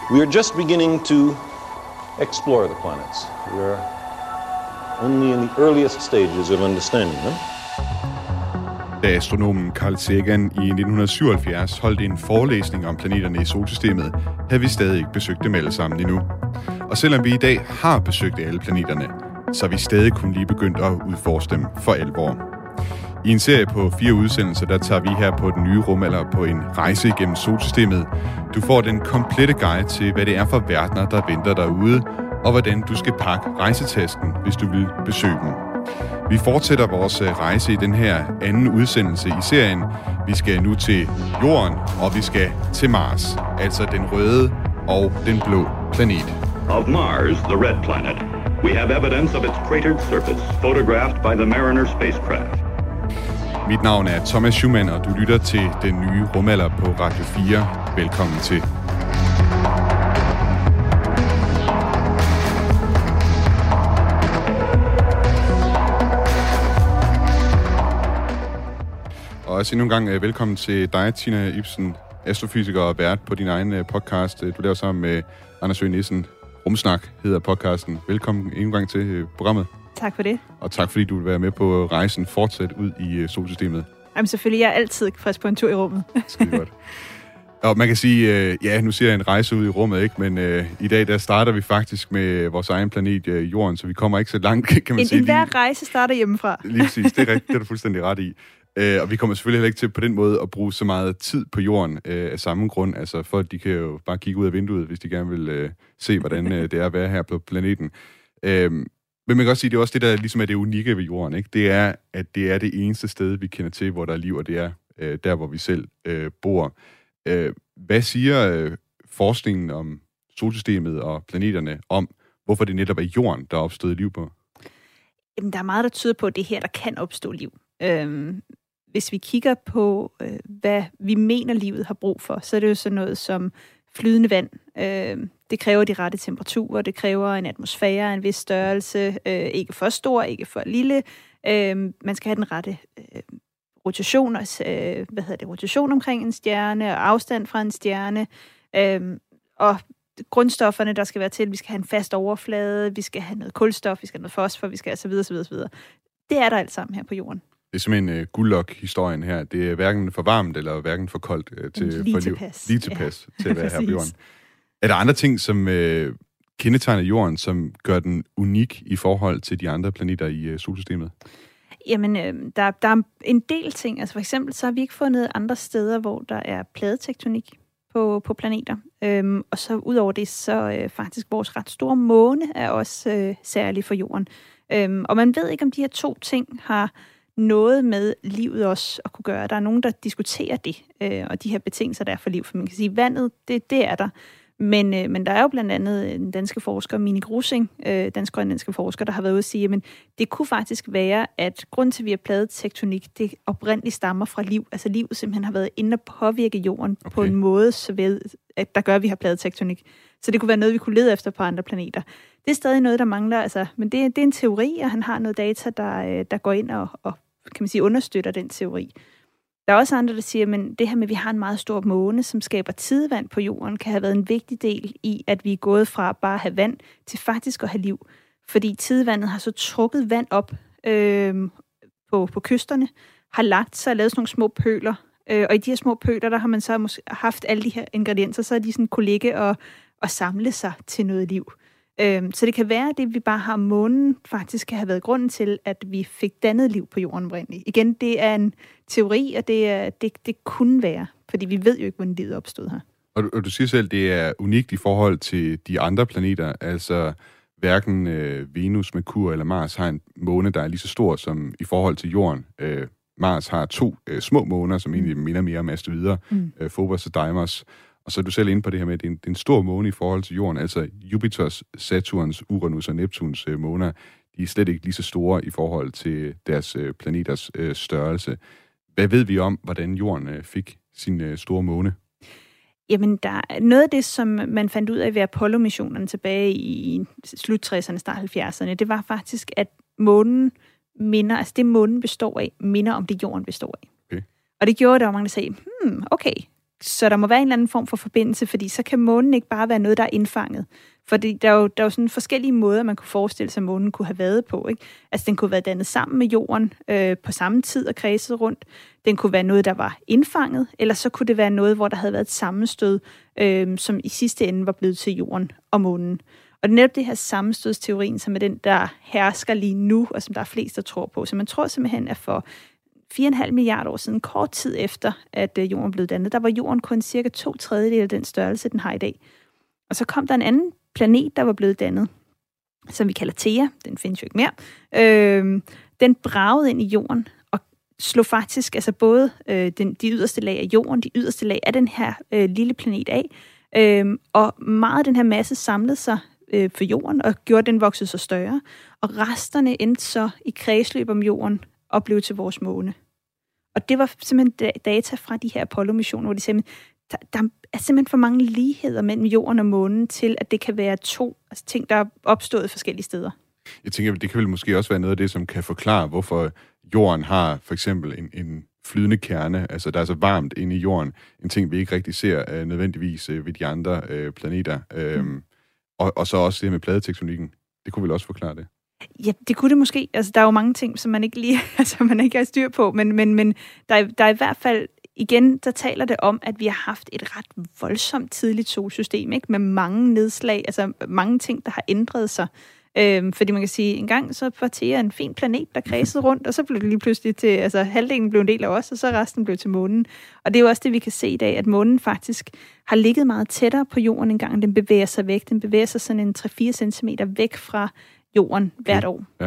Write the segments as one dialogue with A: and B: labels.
A: We are just beginning to explore the planets. We are only in the earliest stages of understanding them.
B: Da astronomen Carl Sagan i 1977 holdt en forelæsning om planeterne i solsystemet, havde vi stadig ikke besøgt dem alle sammen endnu. Og selvom vi i dag har besøgt alle planeterne, så er vi stadig kun lige begyndt at udforske dem for alvor. I en serie på 4 udsendelser, der tager vi her på den nye rumalder på en rejse igennem solsystemet. Du får den komplette guide til, hvad det er for verdener, der venter derude, og hvordan du skal pakke rejsetasken, hvis du vil besøge dem. Vi fortsætter vores rejse i den her anden udsendelse i serien. Vi skal nu til Jorden, og vi skal til Mars, altså den røde og den blå planet.
C: Of Mars, the red planet, we have evidence of its cratered surface, photographed by the Mariner spacecraft.
B: Mit navn er Thomas Schumann, og du lytter til den nye rumalder på Radio 4. Velkommen til. Og også endnu en gang velkommen til dig, Tina Ibsen, astrofysiker og vært på din egen podcast. Du laver sammen med Anders Høgh Nissen. Rumsnak hedder podcasten. Velkommen endnu en gang til programmet.
D: Tak for det.
B: Og tak fordi du vil være med på rejsen fortsat ud i solsystemet.
D: Jamen selvfølgelig, jeg er altid frisk på en tur i rummet.
B: Skide godt. Og man kan sige, ja, nu ser jeg en rejse ud i rummet, ikke? Men i dag, der starter vi faktisk med vores egen planet, Jorden, så vi kommer ikke så langt, kan man sige.
D: Hver rejse starter hjemmefra.
B: Lige præcis, det er rigtigt, det er du fuldstændig ret i. Og vi kommer selvfølgelig heller ikke til på den måde at bruge så meget tid på Jorden af samme grund. Altså folk, de kan jo bare kigge ud af vinduet, hvis de gerne vil se, hvordan det er at være her på planeten. Men man kan også sige, det er også det, der ligesom er det unikke ved Jorden, ikke? Det er, at det er det eneste sted, vi kender til, hvor der er liv, og det er der, hvor vi selv bor. Hvad siger forskningen om solsystemet og planeterne om, hvorfor det netop er Jorden, der er opstået liv på?
D: Jamen, der er meget, der tyder på, at det er her, der kan opstå liv. Hvis vi kigger på, hvad vi mener, livet har brug for, så er det jo sådan noget som flydende vand. Det kræver de rette temperaturer, det kræver en atmosfære, en vis størrelse, ikke for stor, ikke for lille. Man skal have den rette rotation omkring en stjerne, og afstand fra en stjerne, og grundstofferne, der skal være til, vi skal have en fast overflade, vi skal have noget kulstof, vi skal have noget fosfor, vi skal have så videre, så videre, så videre. Det er der alt sammen her på Jorden.
B: Det er simpelthen guldlok-historien her. Det er hverken for varmt eller hverken for koldt til
D: lige tilpas.
B: Lige tilpas til at være her på Jorden. Er der andre ting, som kendetegner Jorden, som gør den unik i forhold til de andre planeter i solsystemet?
D: Jamen, der er en del ting. Altså for eksempel, så har vi ikke fundet andre steder, hvor der er pladetektonik på planeter. Og så ud over det, så faktisk vores ret store måne er også særlig for Jorden. Og man ved ikke, om de her 2 ting har noget med livet også at kunne gøre. Der er nogen, der diskuterer det, og de her betingelser, der er for liv. For man kan sige, vandet, det er der. Men der er jo blandt andet en danske forsker, Minik Grussing, dansk-grønlandske forsker, der har været ude at sige, at det kunne faktisk være, at grund til, at vi har pladetektonik, det oprindeligt stammer fra liv. Altså livet simpelthen har været inde og påvirke jorden på en måde, så ved, at der gør, at vi har pladetektonik. Så det kunne være noget, vi kunne lede efter på andre planeter. Det er stadig noget, der mangler, altså, men det er en teori, og han har noget data, der går ind og kan man sige, understøtter den teori. Der er også andre, der siger, at det her med, at vi har en meget stor måne, som skaber tidevand på jorden, kan have været en vigtig del i, at vi er gået fra bare at have vand til faktisk at have liv. Fordi tidevandet har så trukket vand op på kysterne, har lagt sig og lavet sådan nogle små pøler. Og i de her små pøler, der har man så haft alle de her ingredienser, så er de sådan kunne ligge og samle sig til noget liv. Så det kan være, at det, vi bare har månen, faktisk kan have været grunden til, at vi fik dannet liv på jorden oprindeligt. Igen, det er en teori, og det kunne være, fordi vi ved jo ikke, hvordan livet opstod her.
B: Og du siger selv, det er unikt i forhold til de andre planeter, altså hverken Venus, Merkur eller Mars har en måne, der er lige så stor som i forhold til jorden. Mars har 2 små måner, som egentlig minder mere om asteroider, Phobos og Deimos. Og så er du selv inde på det her med, at det er en stor måne i forhold til Jorden. Altså Jupiters, Saturns, Uranus og Neptuns måner, de er slet ikke lige så store i forhold til deres planeters størrelse. Hvad ved vi om, hvordan Jorden fik sin store måne?
D: Jamen, der er noget af det, som man fandt ud af ved Apollo-missionerne tilbage i slut 60'erne, start 70'erne, det var faktisk, at månen minder, altså det månen består af, minder om det Jorden består af. Okay. Og det gjorde, der var mange, der sagde, okay, Så der må være en eller anden form for forbindelse, fordi så kan månen ikke bare være noget, der er indfanget. Fordi der er jo sådan forskellige måder, man kunne forestille sig, at månen kunne have været på. Ikke? Altså, den kunne være dannet sammen med jorden på samme tid og kredset rundt. Den kunne være noget, der var indfanget, eller så kunne det være noget, hvor der havde været et sammenstød, som i sidste ende var blevet til jorden og månen. Og det er netop det her sammenstødsteorien, som er den, der hersker lige nu, og som der er flest, der tror på. Så man tror simpelthen, at for 4,5 milliarder år siden, kort tid efter, at jorden blev dannet, der var jorden kun cirka 2/3 af den størrelse, den har i dag. Og så kom der en anden planet, der var blevet dannet, som vi kalder Theia. Den findes jo ikke mere. Den bragede ind i jorden og slog faktisk altså både de yderste lag af jorden, de yderste lag af den her lille planet af. Og meget af den her masse samlede sig for jorden og gjorde den voksede så større. Og resterne endte så i kredsløb om jorden og blev til vores måne. Og det var simpelthen data fra de her Apollo-missioner, hvor de sagde, der er simpelthen for mange ligheder mellem jorden og månen til, at det kan være to ting, der er opstået forskellige steder.
B: Jeg tænker, det kan vel måske også være noget af det, som kan forklare, hvorfor jorden har for eksempel en flydende kerne, altså der er så varmt inde i jorden, en ting, vi ikke rigtig ser nødvendigvis ved de andre planeter. Og så også det med pladetektonikken. Det kunne vel også forklare det?
D: Ja, det kunne det måske. Altså, der er jo mange ting, som man ikke lige man ikke har styr på, men der er i hvert fald, igen, der taler det om, at vi har haft et ret voldsomt tidligt solsystem, ikke? Med mange nedslag, altså mange ting, der har ændret sig. Fordi man kan sige, en gang så var Theia en fin planet, der kredsede rundt, og så blev det lige pludselig til, altså halvdelen blev en del af os, og så resten blev til månen. Og det er jo også det, vi kan se i dag, at månen faktisk har ligget meget tættere på jorden en gang, den bevæger sig væk. Den bevæger sig sådan en 3-4 centimeter væk fra jorden hvert år. Ja.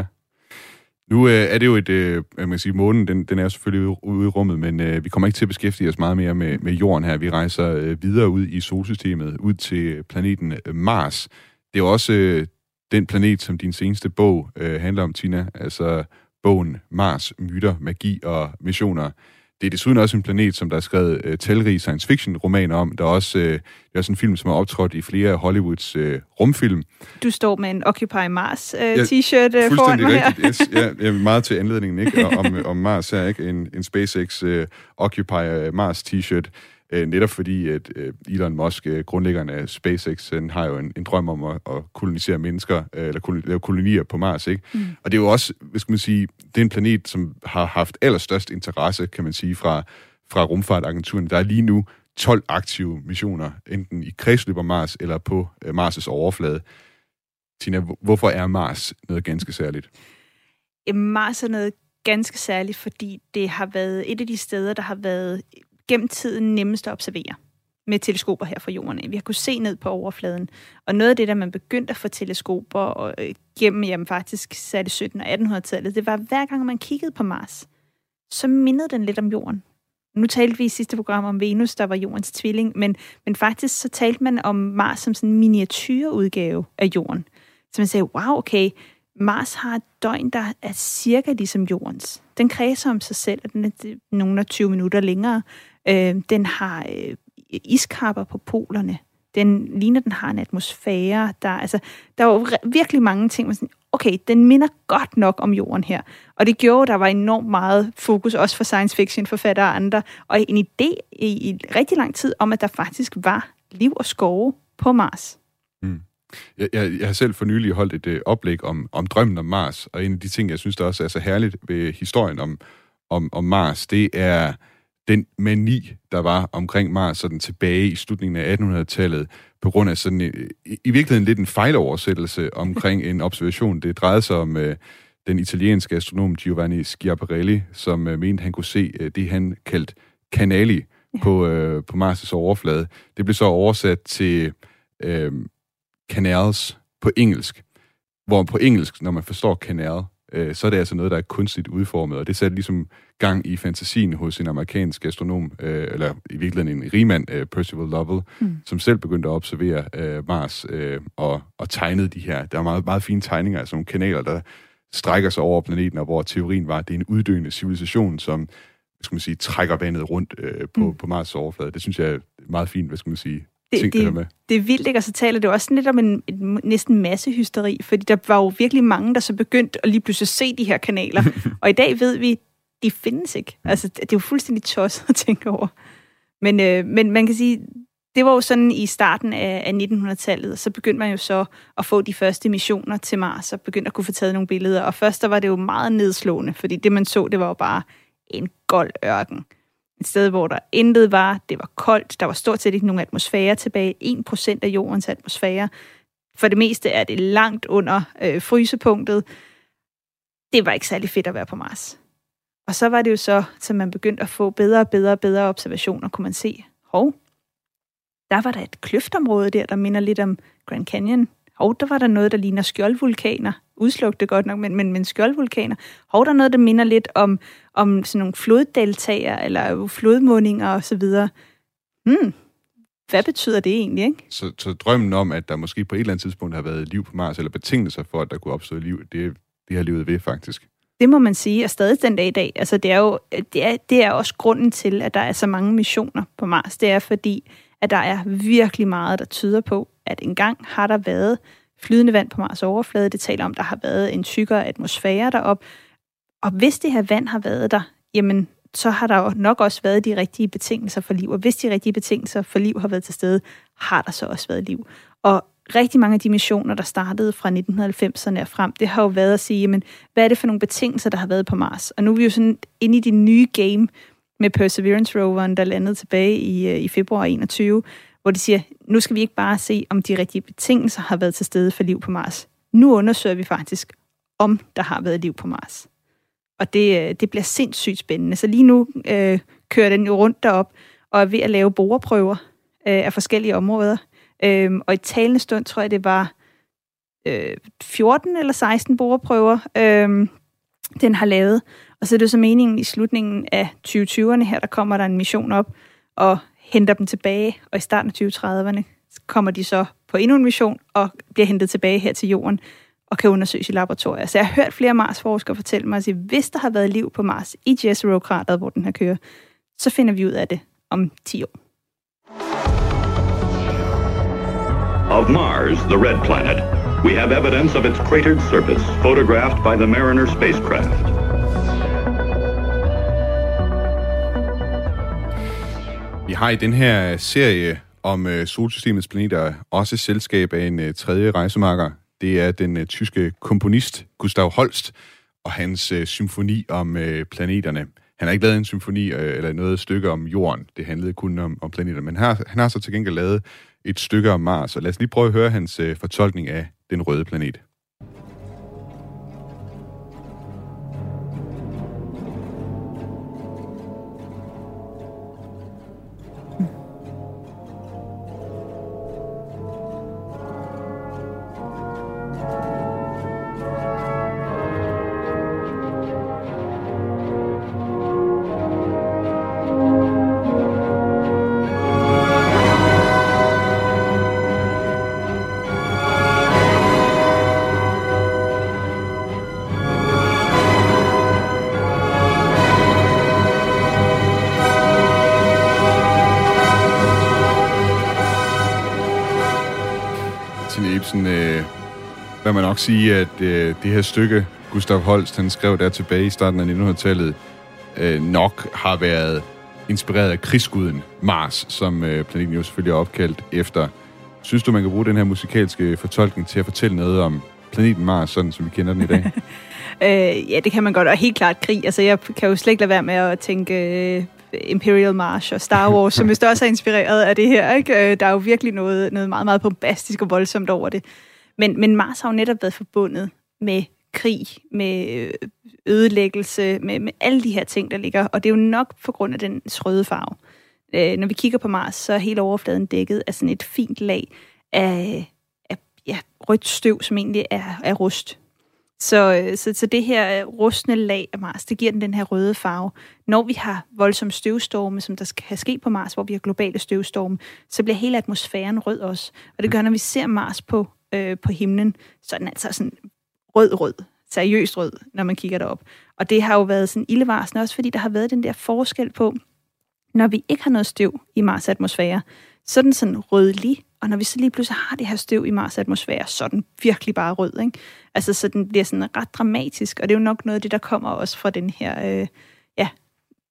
B: Nu er det jo man kan sige, månen, den er jo selvfølgelig ude i rummet, men vi kommer ikke til at beskæftige os meget mere med jorden her. Vi rejser videre ud i solsystemet, ud til planeten Mars. Det er jo også den planet, som din seneste bog handler om, Tina, altså bogen Mars, myter, magi og missioner. Det er desuden også en planet, som der er skrevet talrige science fiction romaner om. Der er også en film, som er optrådt i flere af Hollywoods rumfilm. Du
D: står med en Occupy Mars t-shirt foran mig her.
B: Yes. Ja, jeg er meget til anledningen, ikke? Om Mars her, ikke? En SpaceX Occupy Mars t-shirt. Netop fordi, at Elon Musk, grundlæggeren af SpaceX, har jo en drøm om at kolonisere mennesker, eller lave kolonier på Mars, ikke? Og det er jo også, hvad skal man sige, det er en planet, som har haft allerstørst interesse, kan man sige, fra rumfartagenturen. Der er lige nu 12 aktive missioner, enten i kredsløb om Mars, eller på Mars' overflade. Tina, hvorfor er Mars noget ganske særligt?
D: Mars er noget ganske særligt, fordi det har været et af de steder, der har været gennem tiden nemmest at observere med teleskoper her fra jorden. Vi har kunnet se ned på overfladen. Og noget af det, der man begyndte at få teleskoper og gennem faktisk særligt 1700- og 1800-tallet, det var, hver gang man kiggede på Mars, så mindede den lidt om jorden. Nu talte vi i sidste program om Venus, der var jordens tvilling, men faktisk så talte man om Mars som sådan en miniatyrudgave af jorden. Så man sagde, wow, okay, Mars har et døgn, der er cirka ligesom jordens. Den kredser om sig selv, og den er nogle af 20 minutter længere. Den har iskapper på polerne. Den ligner, den har en atmosfære. Der er jo virkelig mange ting, man sådan, okay, den minder godt nok om jorden her. Og det gjorde, der var enormt meget fokus, også for science fiction forfattere og andre, og en idé i rigtig lang tid om, at der faktisk var liv og skove på Mars.
B: Jeg har selv for nylig holdt et oplæg om drømmen om Mars, og en af de ting, jeg synes, der også er så herligt ved historien om Mars, det er den mani, der var omkring Mars sådan tilbage i slutningen af 1800-tallet, på grund af sådan i virkeligheden lidt en fejloversættelse omkring en observation. Det drejede sig om den italienske astronom Giovanni Schiaparelli, som mente, han kunne se det, han kaldte canali på Mars' overflade. Det blev så oversat til canals på engelsk, hvor på engelsk, når man forstår canal, så er det altså noget, der er kunstigt udformet, og det satte ligesom gang i fantasien hos en amerikansk astronom, eller i virkeligheden en rigmand, Percival Lovell, som selv begyndte at observere Mars og tegnede de her. Der er meget, meget fine tegninger af sådan nogle kanaler, der strækker sig over planeten, og hvor teorien var, at det er en uddøende civilisation, som skal man sige, trækker vandet rundt på Mars' overflade. Det synes jeg er meget fint, hvad skal man sige,
D: det er vildt, ikke? Og så taler det også lidt om en næsten massehysteri, fordi der var jo virkelig mange, der så begyndte at lige pludselig se de her kanaler. Og i dag ved vi, de findes ikke. Altså, det er jo fuldstændig tosset at tænke over. Men man kan sige, det var jo sådan i starten af 1900-tallet, og så begyndte man jo så at få de første missioner til Mars, og begyndte at kunne få taget nogle billeder. Og først der var det jo meget nedslående, fordi det man så, det var jo bare en gold ørken. Et sted, hvor der intet var, det var koldt, der var stort set ikke nogen atmosfære tilbage, 1% af jordens atmosfære. For det meste er det langt under frysepunktet. Det var ikke særlig fedt at være på Mars. Og så var det jo så man begyndte at få bedre observationer, kunne man se. Der var der et kløftområde der minder lidt om Grand Canyon. Der var der noget, der ligner skjoldvulkaner. Udslugte godt nok, men skjoldvulkaner. Der er noget, der minder lidt om sådan nogle floddeltager, eller flodmundinger og så videre. Hvad betyder det egentlig, ikke?
B: Så drømmen om, at der måske på et eller andet tidspunkt har været liv på Mars, eller betingelser for, at der kunne opstå liv, det har livet ved, faktisk.
D: Det må man sige, og stadig den dag i dag. Altså, det er også grunden til, at der er så mange missioner på Mars. Det er fordi, at der er virkelig meget, der tyder på, at engang har der været flydende vand på Mars overflade. Det taler om, der har været en tykkere atmosfære derop. Og hvis det her vand har været der, jamen, så har der jo nok også været de rigtige betingelser for liv. Og hvis de rigtige betingelser for liv har været til stede, har der så også været liv. Og rigtig mange af de missioner, der startede fra 1990'erne og frem, det har jo været at sige, jamen, hvad er det for nogle betingelser, der har været på Mars? Og nu er vi jo sådan inde i det nye game med Perseverance-roveren, der landede tilbage i februar 2021, hvor de siger, nu skal vi ikke bare se, om de rigtige betingelser har været til stede for liv på Mars. Nu undersøger vi faktisk, om der har været liv på Mars. Og det bliver sindssygt spændende. Så lige nu kører den jo rundt derop og er ved at lave boreprøver af forskellige områder. Og i talende stund, tror jeg, det var 14 eller 16 boreprøver, den har lavet. Og så er det så meningen i slutningen af 2020'erne her, der kommer der en mission op og henter dem tilbage. Og i starten af 2030'erne kommer de så på endnu en mission og bliver hentet tilbage her til jorden og kan undersøges i laboratorier. Så jeg har hørt flere Mars-forskere fortælle mig, at hvis der har været liv på Mars i Jezero-krateret, hvor den her kører, så finder vi ud af det om 10 år.
C: Of Mars, the red planet, we have evidence of its cratered surface photographed by the Mariner spacecraft.
B: Vi har i den her serie om solsystemets planeter også selskab af en tredje rejsemakker. Det er den tyske komponist Gustav Holst og hans symfoni om planeterne. Han har ikke lavet en symfoni eller noget stykke om jorden. Det handlede kun om planeter. Men han har så til gengæld lavet et stykke om Mars. Og lad os lige prøve at høre hans fortolkning af den røde planet. Hvad man nok sige, at det her stykke, Gustav Holst, han skrev der tilbage i starten af 1900-tallet, nok har været inspireret af krigsguden Mars, som planeten jo selvfølgelig er opkaldt efter. Synes du, man kan bruge den her musikalske fortolkning til at fortælle noget om planeten Mars, sådan som vi kender den i dag?
D: Ja, det kan man godt, og helt klart krig. Altså, jeg kan jo slet ikke lade være med at tænke Imperial March og Star Wars, som vist også er inspireret af det her, ikke? Der er jo virkelig noget meget, meget bombastisk og voldsomt over det. Men Mars har jo netop været forbundet med krig, med ødelæggelse, med alle de her ting, der ligger. Og det er jo nok på grund af den røde farve. Når vi kigger på Mars, så er hele overfladen dækket af sådan et fint lag af rødt støv, som egentlig er rust. Så det her rustne lag af Mars, det giver den her røde farve. Når vi har voldsomme støvstorme, som der kan ske på Mars, hvor vi har globale støvstorme, så bliver hele atmosfæren rød også. Og det gør, når vi ser Mars på himlen, så er den altså sådan rød, seriøst rød, når man kigger derop. Og det har jo været sådan ildevarslende også, fordi der har været den der forskel på, når vi ikke har noget støv i Mars' atmosfære, så er den sådan rødlig, og når vi så lige pludselig har det her støv i Mars' atmosfære, så er den virkelig bare rød, ikke? Altså, så den bliver sådan ret dramatisk, og det er jo nok noget af det, der kommer også fra den her,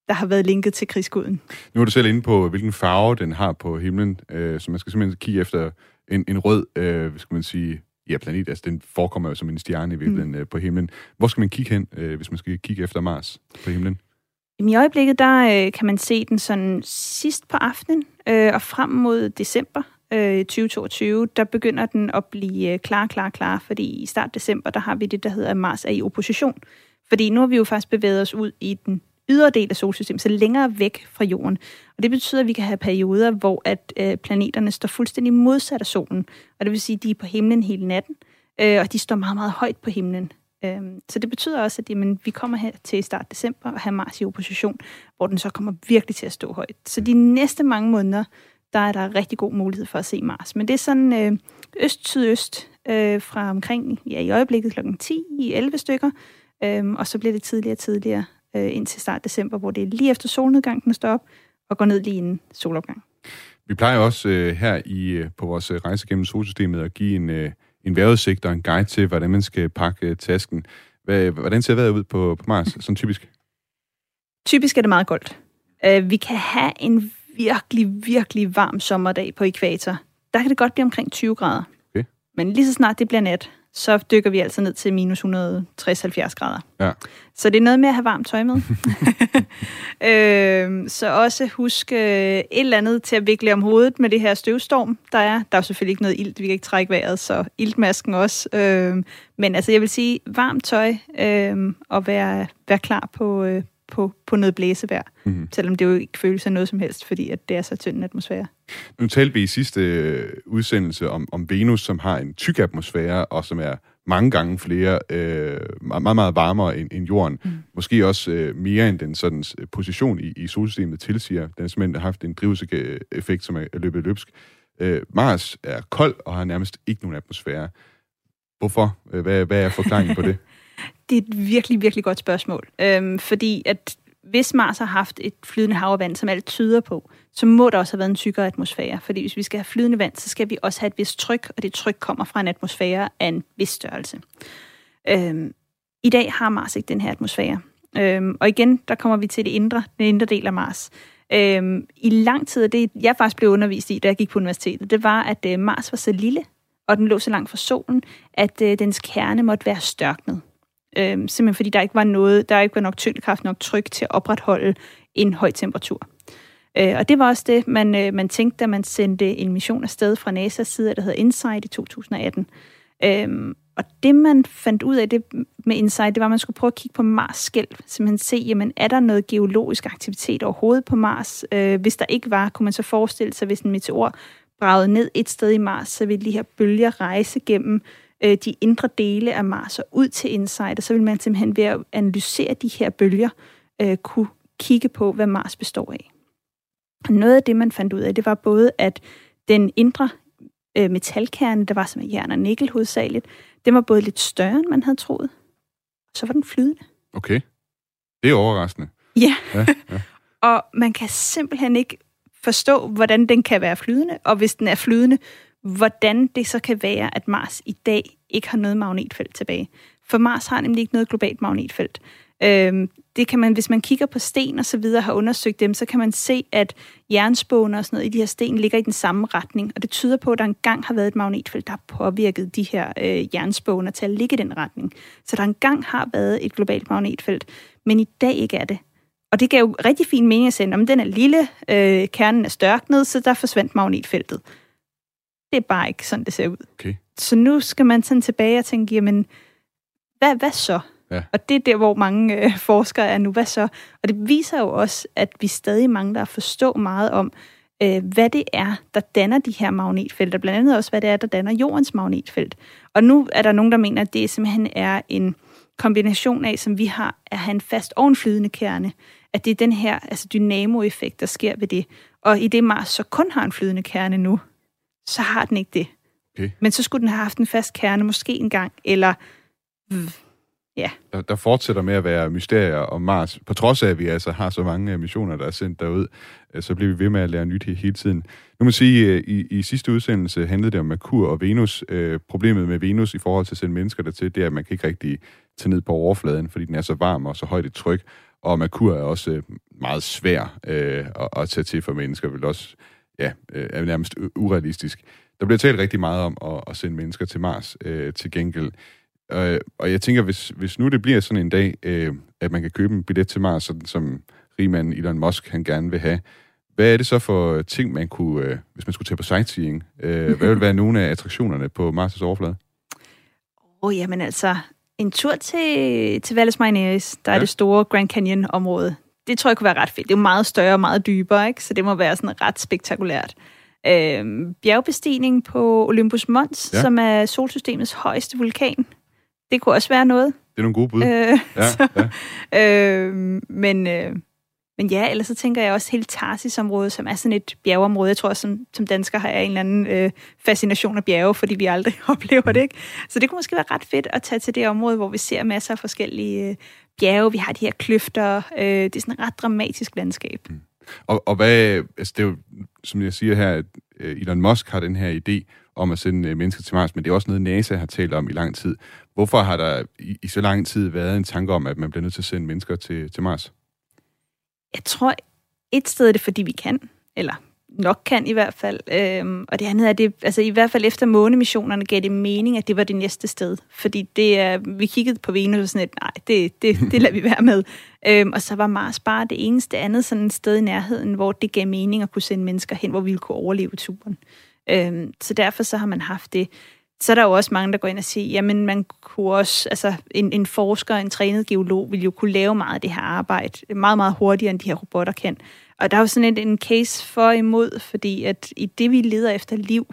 D: der har været linket til krigsguden.
B: Nu er du selv inde på, hvilken farve den har på himlen, så man skal simpelthen kigge efter en rød, skal man sige, planet. Altså, den forekommer jo som en stjerne i virkeligheden på himlen. Hvor skal man kigge hen, hvis man skal kigge efter Mars på himlen? I
D: øjeblikket, der kan man se den sådan sidst på aftenen, og frem mod december 2022, der begynder den at blive klar, fordi i start december, der har vi det, der hedder Mars er i opposition. Fordi nu har vi jo faktisk bevæget os ud i den ydre del af solsystemet, så længere væk fra jorden. Og det betyder, at vi kan have perioder, hvor at planeterne står fuldstændig modsat af solen. Og det vil sige, at de er på himlen hele natten, og de står meget, meget højt på himlen. Så det betyder også, at vi kommer her til start december og have Mars i opposition, hvor den så kommer virkelig til at stå højt. Så de næste mange måneder, der er der rigtig god mulighed for at se Mars. Men det er sådan øst-sydøst fra omkring, i øjeblikket kl. 10 i 11 stykker, og så bliver det tidligere indtil start december, hvor det er lige efter solnedgang, den står op, og går ned lige inden solopgang.
B: Vi plejer også her på vores rejse gennem solsystemet at give en vejrudsigt og en guide til, hvordan man skal pakke tasken. Hvordan ser vejret ud på Mars, sådan typisk?
D: Typisk er det meget koldt. Vi kan have en virkelig, virkelig varm sommerdag på ækvator. Der kan det godt blive omkring 20 grader. Okay. Men lige så snart det bliver nat, så dykker vi altså ned til minus 160-70 grader. Ja. Så det er noget med at have varmt tøj med. Så også husk et eller andet til at vikle om hovedet med det her støvstorm, der er. Der er jo selvfølgelig ikke noget ilt, vi kan ikke trække vejret, så iltmasken også. Men altså, jeg vil sige, varmt tøj og være klar på noget blæsevejr, selvom det jo ikke føles af noget som helst, fordi at det er så tynd en atmosfære.
B: Nu talte vi i sidste udsendelse om Venus, som har en tyk atmosfære, og som er mange gange flere, meget, meget varmere end Jorden. Måske også mere end den sådan, position i solsystemet tilsiger. Den har simpelthen haft en drivhuseffekt, som er løbet løbsk. Mars er kold og har nærmest ikke nogen atmosfære. Hvorfor? Hvad er forklaringen på det?
D: Det er et virkelig, virkelig godt spørgsmål. Fordi at hvis Mars har haft et flydende hav af vand, som alt tyder på, så må der også have været en tykkere atmosfære. Fordi hvis vi skal have flydende vand, så skal vi også have et vist tryk, og det tryk kommer fra en atmosfære af en vis størrelse. I dag har Mars ikke den her atmosfære. Og igen, der kommer vi til den indre del af Mars. I lang tid, det jeg faktisk blev undervist i, da jeg gik på universitetet, det var, at Mars var så lille, og den lå så langt fra solen, at dens kerne måtte være størknet. Simpelthen fordi der ikke var nok tyngdekraft, nok tryk til at opretholde en høj temperatur. Og det var også det, man tænkte, da man sendte en mission afsted fra NASA's side, der hedder InSight i 2018. Og det, man fandt ud af det med InSight, det var, at man skulle prøve at kigge på Mars skælv. Simpelthen se, jamen, er der noget geologisk aktivitet overhovedet på Mars? Hvis der ikke var, kunne man så forestille sig, hvis en meteor bragede ned et sted i Mars, så ville de her bølger rejse gennem de indre dele af Mars og ud til InSight, og så vil man simpelthen ved at analysere de her bølger kunne kigge på, hvad Mars består af. Og noget af det, man fandt ud af, det var både, at den indre metalkerne, der var som jern og nikkel hovedsageligt, den var både lidt større, end man havde troet, og så var den flydende.
B: Okay. Det er overraskende.
D: Ja. Og man kan simpelthen ikke forstå, hvordan den kan være flydende, og hvis den er flydende, hvordan det så kan være, at Mars i dag ikke har noget magnetfelt tilbage. For Mars har nemlig ikke noget globalt magnetfelt. Det kan man, hvis man kigger på sten og så videre, har undersøgt dem, så kan man se, at jernspåner og sådan noget i de her sten ligger i den samme retning. Og det tyder på, at der engang har været et magnetfelt, der har påvirket de her jernspåner til at ligge i den retning. Så der engang har været et globalt magnetfelt, men i dag ikke er det. Og det gav jo rigtig fin mening at sende, om den er lille, kernen er størknet, så der forsvandt magnetfeltet. Det er bare ikke sådan, det ser ud.
B: Okay.
D: Så nu skal man sådan tilbage og tænke, jamen, hvad så? Ja. Og det er der, hvor mange forskere er nu. Hvad så? Og det viser jo også, at vi stadig mangler at forstå meget om, hvad det er, der danner de her magnetfelter. Blandt andet også, hvad det er, der danner jordens magnetfelt. Og nu er der nogen, der mener, at det simpelthen er en kombination af, som vi har, at have en fast ovenflydende kerne. At det er den her dynamoeffekt, der sker ved det. Og i det Mars så kun har en flydende kerne nu, så har den ikke det. Okay. Men så skulle den have haft en fast kerne måske engang, eller ja.
B: Der fortsætter med at være mysterier om Mars. På trods af, at vi altså har så mange missioner, der er sendt derud, så bliver vi ved med at lære nyt hele tiden. Nu må jeg sige, i sidste udsendelse handlede det om Merkur og Venus. Problemet med Venus i forhold til at sende mennesker dertil, det er, at man kan ikke rigtig tage ned på overfladen, fordi den er så varm og så højt et tryk. og Merkur er også meget svær at tage til for mennesker, vel også er nærmest urealistisk. Der bliver talt rigtig meget om at sende mennesker til Mars til gengæld. Og jeg tænker, hvis nu det bliver sådan en dag, at man kan købe en billet til Mars, sådan som rigmanden Elon Musk han gerne vil have, hvad er det så for ting, man kunne, hvis man skulle tage på sightseeing? Hvad vil være nogle af attraktionerne på Mars' overflade?
D: Jamen altså, en tur til Valles Marineris, der er det store Grand Canyon-område. Det tror jeg kunne være ret fedt. Det er jo meget større og meget dybere, ikke? Så det må være sådan ret spektakulært. Bjergbestigning på Olympus Mons, som er solsystemets højeste vulkan. Det kunne også være noget.
B: Det er nogle gode bud.
D: Men ja, ellers så tænker jeg også hele Tarsis-området, som er sådan et bjergeområde. Jeg tror også, som dansker har jeg en eller anden fascination af bjerge, fordi vi aldrig oplever det, ikke? Så det kunne måske være ret fedt at tage til det område, hvor vi ser masser af forskellige bjerge. Vi har de her kløfter. Det er sådan et ret dramatisk landskab.
B: Og hvad, altså det er jo, som jeg siger her, at Elon Musk har den her idé om at sende mennesker til Mars, men det er også noget, NASA har talt om i lang tid. Hvorfor har der i så lang tid været en tanke om, at man bliver nødt til at sende mennesker til Mars?
D: Jeg tror, et sted er det, fordi vi kan, eller nok kan i hvert fald. Og det andet er det, altså i hvert fald efter månemissionerne gav det mening, at det var det næste sted. Fordi vi kiggede på Venus og sådan et, nej, det lader vi være med. Og så var Mars bare det eneste andet sådan et sted i nærheden, hvor det gav mening at kunne sende mennesker hen, hvor vi ville kunne overleve turen. Så derfor så har man haft det. Så er der jo også mange, der går ind og siger, jamen man kunne også, altså en forsker, en trænet geolog, vil jo kunne lave meget af det her arbejde, meget, meget hurtigere, end de her robotter kan. Og der er jo sådan en case for imod, fordi at i det, vi leder efter liv,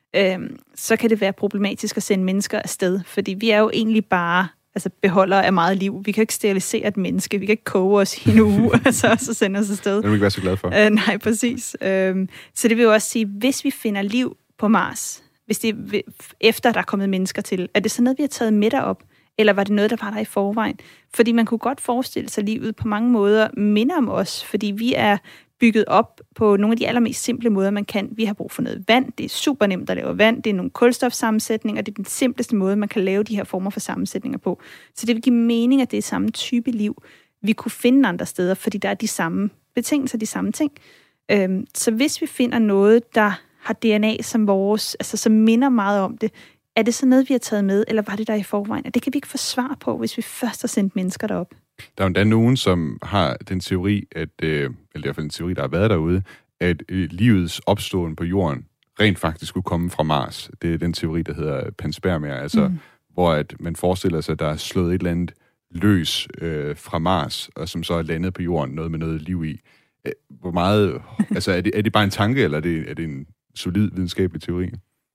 D: så kan det være problematisk at sende mennesker afsted, fordi vi er jo egentlig bare beholdere af meget liv. Vi kan ikke sterilisere et menneske, vi kan ikke koge os i en uge, og så sende os afsted.
B: Det vil ikke være så glad for.
D: Nej, præcis. Så det vil jo også sige, hvis vi finder liv på Mars, hvis det efter der er kommet mennesker til, er det så noget, vi har taget med derop? Eller var det noget, der var der i forvejen? Fordi man kunne godt forestille sig, at livet på mange måder minder om os, fordi vi er bygget op på nogle af de allermest simple måder, man kan. Vi har brug for noget vand, det er super nemt at lave vand, det er nogle kulstofsammensætninger, det er den simpleste måde, man kan lave de her former for sammensætninger på. Så det vil give mening, at det er samme type liv, vi kunne finde andre steder, fordi der er de samme betingelser, de samme ting. Så hvis vi finder noget, der har DNA som vores, altså som minder meget om det, er det så noget, vi har taget med, eller var det der i forvejen? Det kan vi ikke få svar på, hvis vi først har sendt mennesker derop.
B: Der er jo endda nogen, som har den teori, eller i hvert fald en teori, der har været derude, at livets opståen på jorden rent faktisk skulle komme fra Mars. Det er den teori, der hedder panspermia, altså hvor at man forestiller sig, at der er slået et eller andet løs fra Mars, og som så er landet på jorden, noget med noget liv i. Hvor meget, altså er det bare en tanke, eller er det en solid videnskabelig teori?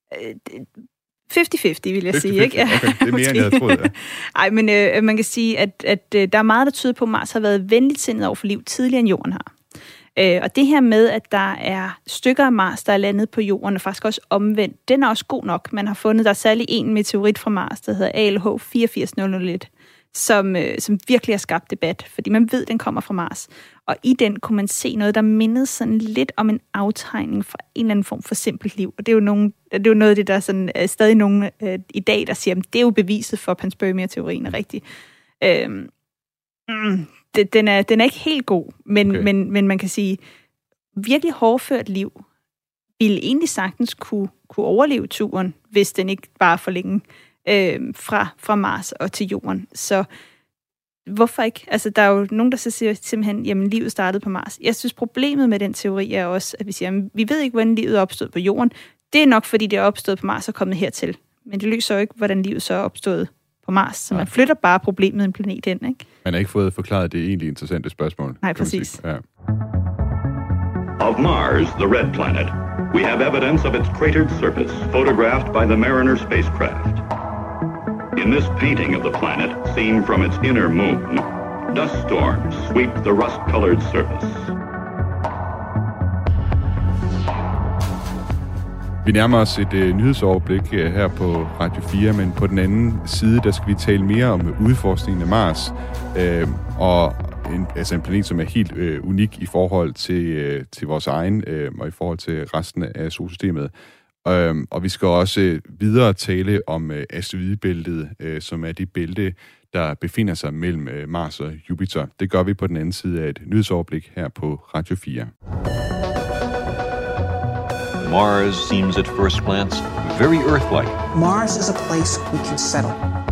D: 50-50, vil jeg sige, ikke?
B: Okay, det er mere, end jeg havde troet.
D: Ej, men man kan sige, at der er meget, der tyder på, at Mars har været venligt sindet over for liv tidligere, end Jorden har. Og det her med, at der er stykker af Mars, der er landet på Jorden, og faktisk også omvendt, den er også god nok. Man har fundet, der er særlig en meteorit fra Mars, der hedder ALH 84001, som virkelig har skabt debat, fordi man ved, at den kommer fra Mars. Og i den kunne man se noget, der mindede sådan lidt om en aftegning fra en eller anden form for simpelt liv. Og det er jo noget af det, der sådan, er stadig nogen i dag, der siger, at det er jo beviset for panspermia-teorien er rigtig. Den er ikke helt god, men man kan sige, virkelig hårdført liv ville egentlig sagtens kunne overleve turen, hvis den ikke bare for længe fra Mars og til Jorden. Så hvorfor ikke? Altså, der er jo nogen, der så siger simpelthen, jamen, livet startede på Mars. Jeg synes, problemet med den teori er også, at vi siger, jamen, vi ved ikke, hvordan livet opstod på Jorden. Det er nok, fordi det er opstået på Mars og kommet hertil. Men det løser jo ikke, hvordan livet så er opstået på Mars. Så man flytter bare problemet en planet ind, ikke?
B: Man har ikke fået forklaret det egentlig interessante spørgsmål.
D: Nej, præcis.
B: Ja.
C: Of Mars, the red planet, we have evidence of its cratered surface photographed by the Mariner spacecraft. In this painting of the planet, seen from its inner moon, dust storms sweep the rust-colored surface.
B: Vi nærmer os et nyhedsoverblik her på Radio 4, men på den anden side, der skal vi tale mere om udforskningen af Mars, og en planet, som er helt unik i forhold til vores egen, og i forhold til resten af solsystemet. Og vi skal også videre tale om asteroidebæltet, som er det bælte, der befinder sig mellem Mars og Jupiter. Det gør vi på den anden side af et nyhedsoverblik her på Radio 4.
E: Mars seems at first glance very Earth-like.
F: Mars is a place we can settle.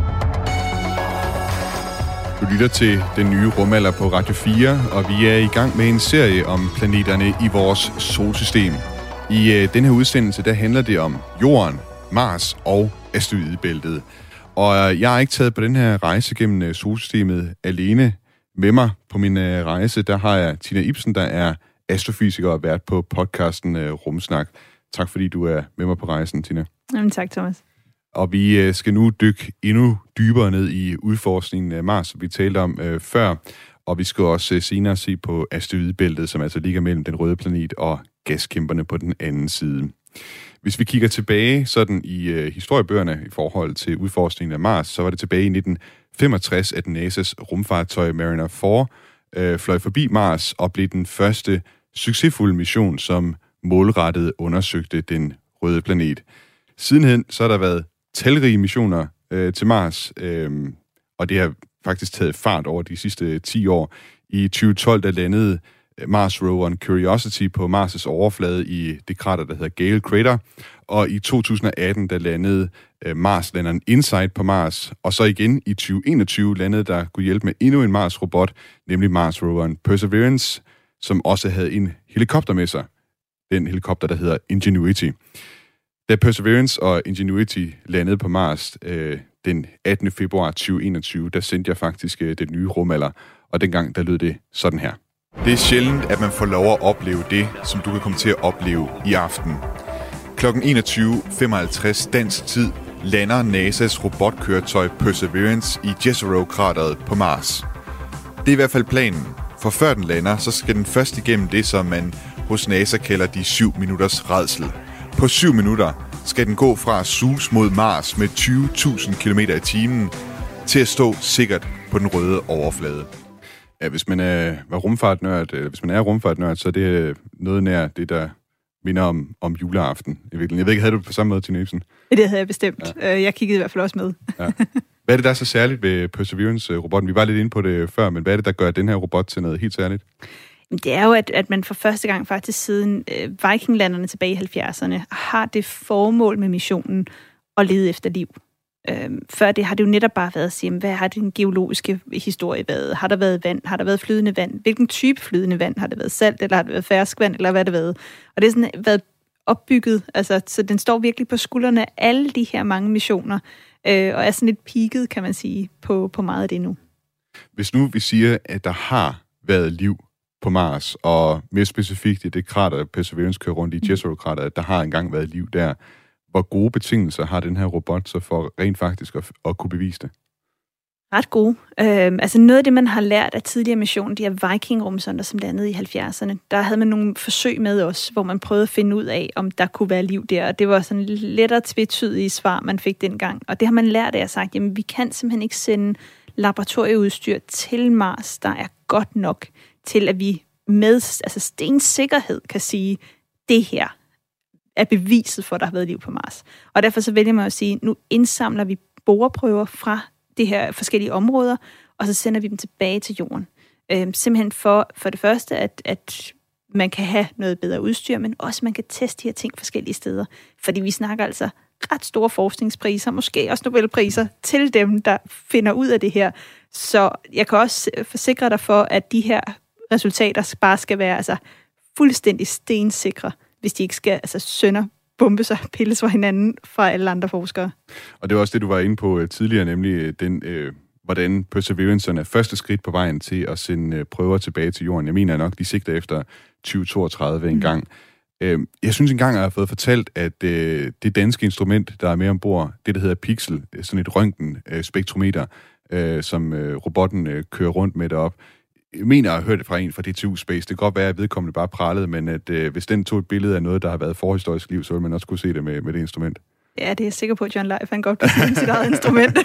B: Du lytter til Den Nye Rumalder på Radio 4, og vi er i gang med en serie om planeterne i vores solsystem. I den her udsendelse, der handler det om Jorden, Mars og asteroidebæltet. Og jeg har ikke taget på den her rejse gennem solsystemet alene. Med mig på min rejse, der har jeg Tina Ibsen, der er astrofysiker og vært på podcasten Rumsnak. Tak fordi du er med mig på rejsen, Tina.
D: Jamen, tak, Thomas.
B: Og vi skal nu dykke endnu dybere ned i udforskningen af Mars, som vi talte om før. Og vi skal også senere se på asteroidebæltet, som altså ligger mellem den røde planet og gaskæmperne på den anden side. Hvis vi kigger tilbage sådan i historiebøgerne i forhold til udforskningen af Mars, så var det tilbage i 1965, at NASA's rumfartøj Mariner 4 fløj forbi Mars og blev den første succesfulde mission, som målrettet undersøgte den røde planet. Sidenhen så har der været talrige missioner til Mars, og det har faktisk taget fart over de sidste 10 år. I 2012 der landede Mars-roveren Curiosity på Mars' overflade i det krater, der hedder Gale Crater, og i 2018 der landede Mars-landeren InSight på Mars, og så igen i 2021 landede der kunne hjælpe med endnu en Mars-robot, nemlig Mars-roveren Perseverance, som også havde en helikopter med sig. Den helikopter, der hedder Ingenuity. Da Perseverance og Ingenuity landede på Mars den 18. februar 2021, der sendte jeg faktisk den nye rumalder, og dengang der lød det sådan her. Det er sjældent, at man får lov at opleve det, som du kan komme til at opleve i aften. Klokken 21.55 dansk tid lander NASA's robotkøretøj Perseverance i Jezero-krateret på Mars. Det er i hvert fald planen, for før den lander, så skal den først igennem det, som man hos NASA kalder de 7 minutters rædsel. På 7 minutter skal den gå fra at suse mod Mars med 20.000 km i timen til at stå sikkert på den røde overflade. Ja, hvis man er rumfartnørd, så er det noget nær det, der minder om juleaften. Jeg ved ikke, havde du det på samme måde, Tina Ibsen?
D: Det havde jeg bestemt. Ja. Jeg kiggede i hvert fald også med.
B: Ja. Hvad er det, der er så særligt ved Perseverance-robotten? Vi var lidt inde på det før, men hvad er det, der gør den her robot til noget helt særligt?
D: Det er jo, at man for første gang faktisk siden Vikinglanderne tilbage i 70'erne har det formål med missionen at lede efter liv. Før det har det jo netop bare været at sige, hvad har den geologiske historie været? Har der været vand? Har der været flydende vand? Hvilken type flydende vand? Har det været salt, eller har det været ferskvand, eller hvad har det været? Og det er sådan været opbygget, altså, så den står virkelig på skuldrene af alle de her mange missioner, og er sådan lidt peaked, kan man sige, på meget af det nu. Hvis
B: nu vi siger, at der har været liv på Mars, og mere specifikt i det krater, Perseverance kører rundt i Jezero-krateret, der har engang været liv der. Hvor gode betingelser har den her robot så for rent faktisk at kunne bevise det?
D: Ret gode. Altså noget af det, man har lært af tidligere missioner, de her Viking-rumsonder, som landede i 70'erne, der havde man nogle forsøg med os, hvor man prøvede at finde ud af, om der kunne være liv der, og det var sådan lettere tvetydige svar, man fik dengang. Og det har man lært af at sagt, jamen vi kan simpelthen ikke sende laboratorieudstyr til Mars, der er godt nok til, at vi med stensikkerhed kan sige, det her er beviset for, at der har været liv på Mars. Og derfor så vælger man at sige, nu indsamler vi boreprøver fra de her forskellige områder, og så sender vi dem tilbage til jorden. Simpelthen for det første, at man kan have noget bedre udstyr, men også man kan teste de her ting forskellige steder. Fordi vi snakker altså ret store forskningspriser, måske også Nobelpriser, til dem, der finder ud af det her. Så jeg kan også forsikre dig for, at de her resultater bare skal være altså fuldstændig stensikre, hvis de ikke skal bombe sig, pilles fra hinanden fra alle andre forskere. Og det var også det, du var inde på tidligere, nemlig hvordan Perseverance er første skridt på vejen til at sende prøver tilbage til jorden. Jeg mener nok, de sigter efter 2032 en gang. Jeg synes engang, jeg har fået fortalt, at det danske instrument, der er med ombord, det der hedder Pixel, sådan et røntgenspektrometer, som robotten kører rundt med derop. Jeg mener, jeg har hørt det fra en fra DTU Space. Det kan godt være, at vedkommende bare prallede, men at hvis den tog et billede af noget, der har været forhistorisk liv, så vil man også kunne se det med det instrument. Ja, det er jeg sikker på, at John Leif han godt bestemmer sit eget instrument.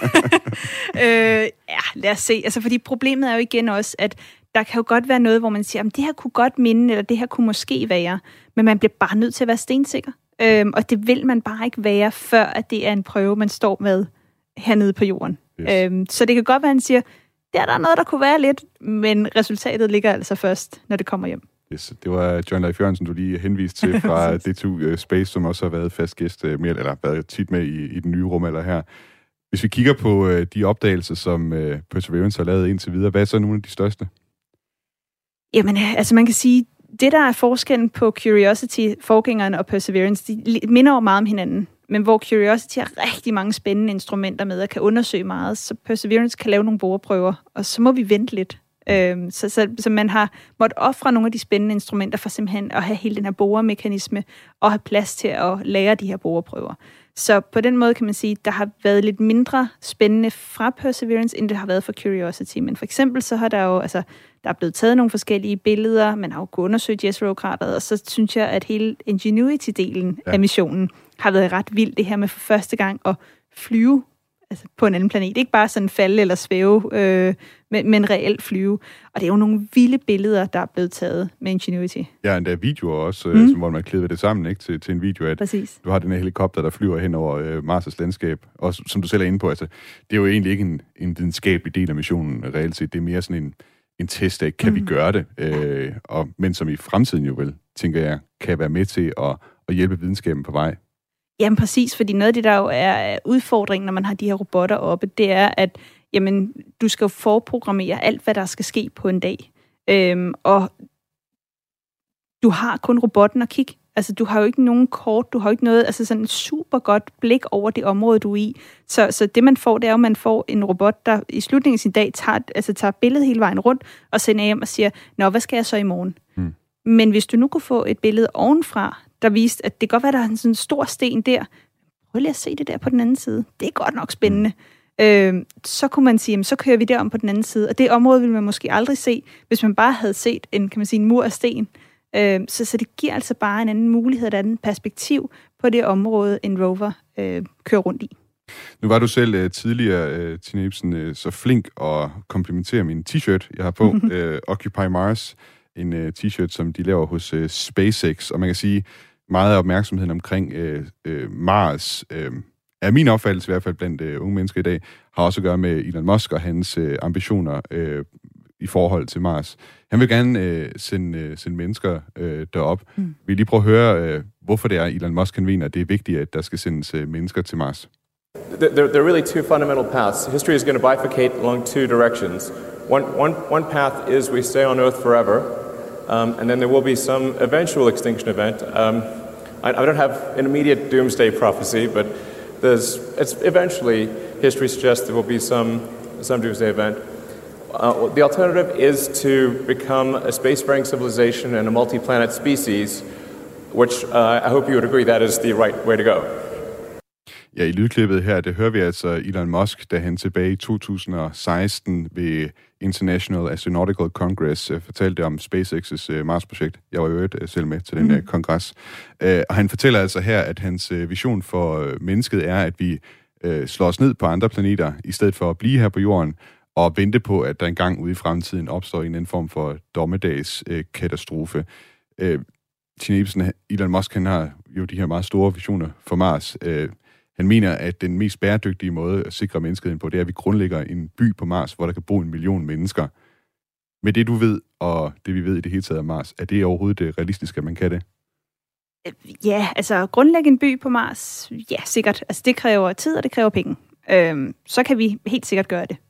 D: Lad os se. Altså, fordi problemet er jo igen også, at der kan jo godt være noget, hvor man siger, at det her kunne godt minde, eller det her kunne måske være, men man bliver bare nødt til at være stensikker. Og det vil man bare ikke være, før at det er en prøve, man står med hernede på jorden. Yes. Så det kan godt være, at han siger, der er noget, der kunne være lidt, men resultatet ligger altså først, når det kommer hjem.
B: Yes, det var John Leif Jørgensen, du lige henviste til fra D2 Space, som også har været fast gæst eller været tit med i den nye rumalder her. Hvis vi kigger på de opdagelser, som Perseverance har lavet indtil videre, hvad er så nogle af de største?
D: Jamen, altså man kan sige, det der er forskellen på Curiosity, forgængeren og Perseverance, de minder over meget om hinanden. Men hvor Curiosity har rigtig mange spændende instrumenter med og kan undersøge meget, så Perseverance kan lave nogle boreprøver, og så må vi vente lidt. Så man har måttet ofre nogle af de spændende instrumenter for simpelthen at have hele den her boremekanisme og have plads til at lære de her boreprøver. Så på den måde kan man sige, at der har været lidt mindre spændende fra Perseverance, end det har været for Curiosity. Men for eksempel så har der jo, altså, der er blevet taget nogle forskellige billeder, man har jo kunnet undersøge Jezero-krateret, og så synes jeg, at hele Ingenuity-delen af missionen har været ret vild, det her med for første gang at flyve altså på en anden planet. Ikke bare sådan falde eller svæve, men reelt flyve. Og det er jo nogle vilde billeder, der er blevet taget med Ingenuity. Ja,
B: og der er videoer også, hvor man klippet det sammen ikke, til en video, at
D: præcis.
B: Du har den her helikopter, der flyver hen over Mars' landskab. Og som du selv er inde på, altså, det er jo egentlig ikke en videnskabelig del af missionen reelt set. Det er mere sådan en test af, kan vi gøre det? Men som i fremtiden jo vel, tænker jeg, kan være med til at hjælpe videnskaben på vej.
D: Jamen præcis, fordi noget af det, der jo er udfordringen, når man har de her robotter oppe, det er, at jamen, du skal jo forprogrammere alt, hvad der skal ske på en dag. Og du har kun robotten at kigge. Altså, du har jo ikke nogen kort, du har jo ikke noget, altså sådan et super godt blik over det område, du er i. Så det, man får, det er jo, at man får en robot, der i slutningen af sin dag tager billedet hele vejen rundt og sender hjem og siger, nå, hvad skal jeg så i morgen? Men hvis du nu kunne få et billede ovenfra, der viste, at det kan godt være, der er sådan en stor sten der. Prøv lige at se det der på den anden side. Det er godt nok spændende. Så kunne man sige, jamen, så kører vi derom på den anden side. Og det område ville man måske aldrig se, hvis man bare havde set en mur af sten. Så det giver altså bare en anden mulighed, et andet perspektiv på det område, en rover kører rundt i.
B: Nu var du selv tidligere, Tina Ibsen, så flink at komplimentere min t-shirt, jeg har på, Occupy Mars, en t-shirt, som de laver hos SpaceX, og man kan sige, meget af opmærksomheden omkring Mars, er min opfattelse i hvert fald blandt unge mennesker i dag, har også at gøre med Elon Musk og hans ambitioner i forhold til Mars. Han vil gerne sende mennesker derop. Vi lige prøve at høre, hvorfor det er, Elon Musk kan mener, at det er vigtigt, at der skal sendes mennesker til Mars.
G: There are really two fundamental paths. History is going to bifurcate along two directions. One path is we stay on Earth forever, and then there will be some eventual extinction event. I don't have an immediate doomsday prophecy, but it's eventually, history suggests there will be some doomsday event. The alternative is to become a spacefaring civilization and a multi-planet species, which I hope you would agree that is the right way to go.
B: Ja, i lydklippet her, det hører vi altså Elon Musk, da han tilbage i 2016 ved International Astronautical Congress fortalte om SpaceX's Mars-projekt. Jeg var jo selv med til den kongres. Og han fortæller altså her, at hans vision for mennesket er, at vi slår os ned på andre planeter, i stedet for at blive her på jorden, og vente på, at der engang ude i fremtiden opstår en anden form for dommedagskatastrofe. Tina Ibsen, Elon Musk, han har jo de her meget store visioner for Mars. Han mener, at den mest bæredygtige måde at sikre menneskeheden på, det er, at vi grundlægger en by på Mars, hvor der kan bo 1 million mennesker. Med det, du ved, og det, vi ved i det hele taget af Mars, er det overhovedet realistisk, at man kan det?
D: Ja, altså grundlægge en by på Mars, ja, sikkert. Altså det kræver tid, og det kræver penge. Så kan vi helt sikkert gøre det.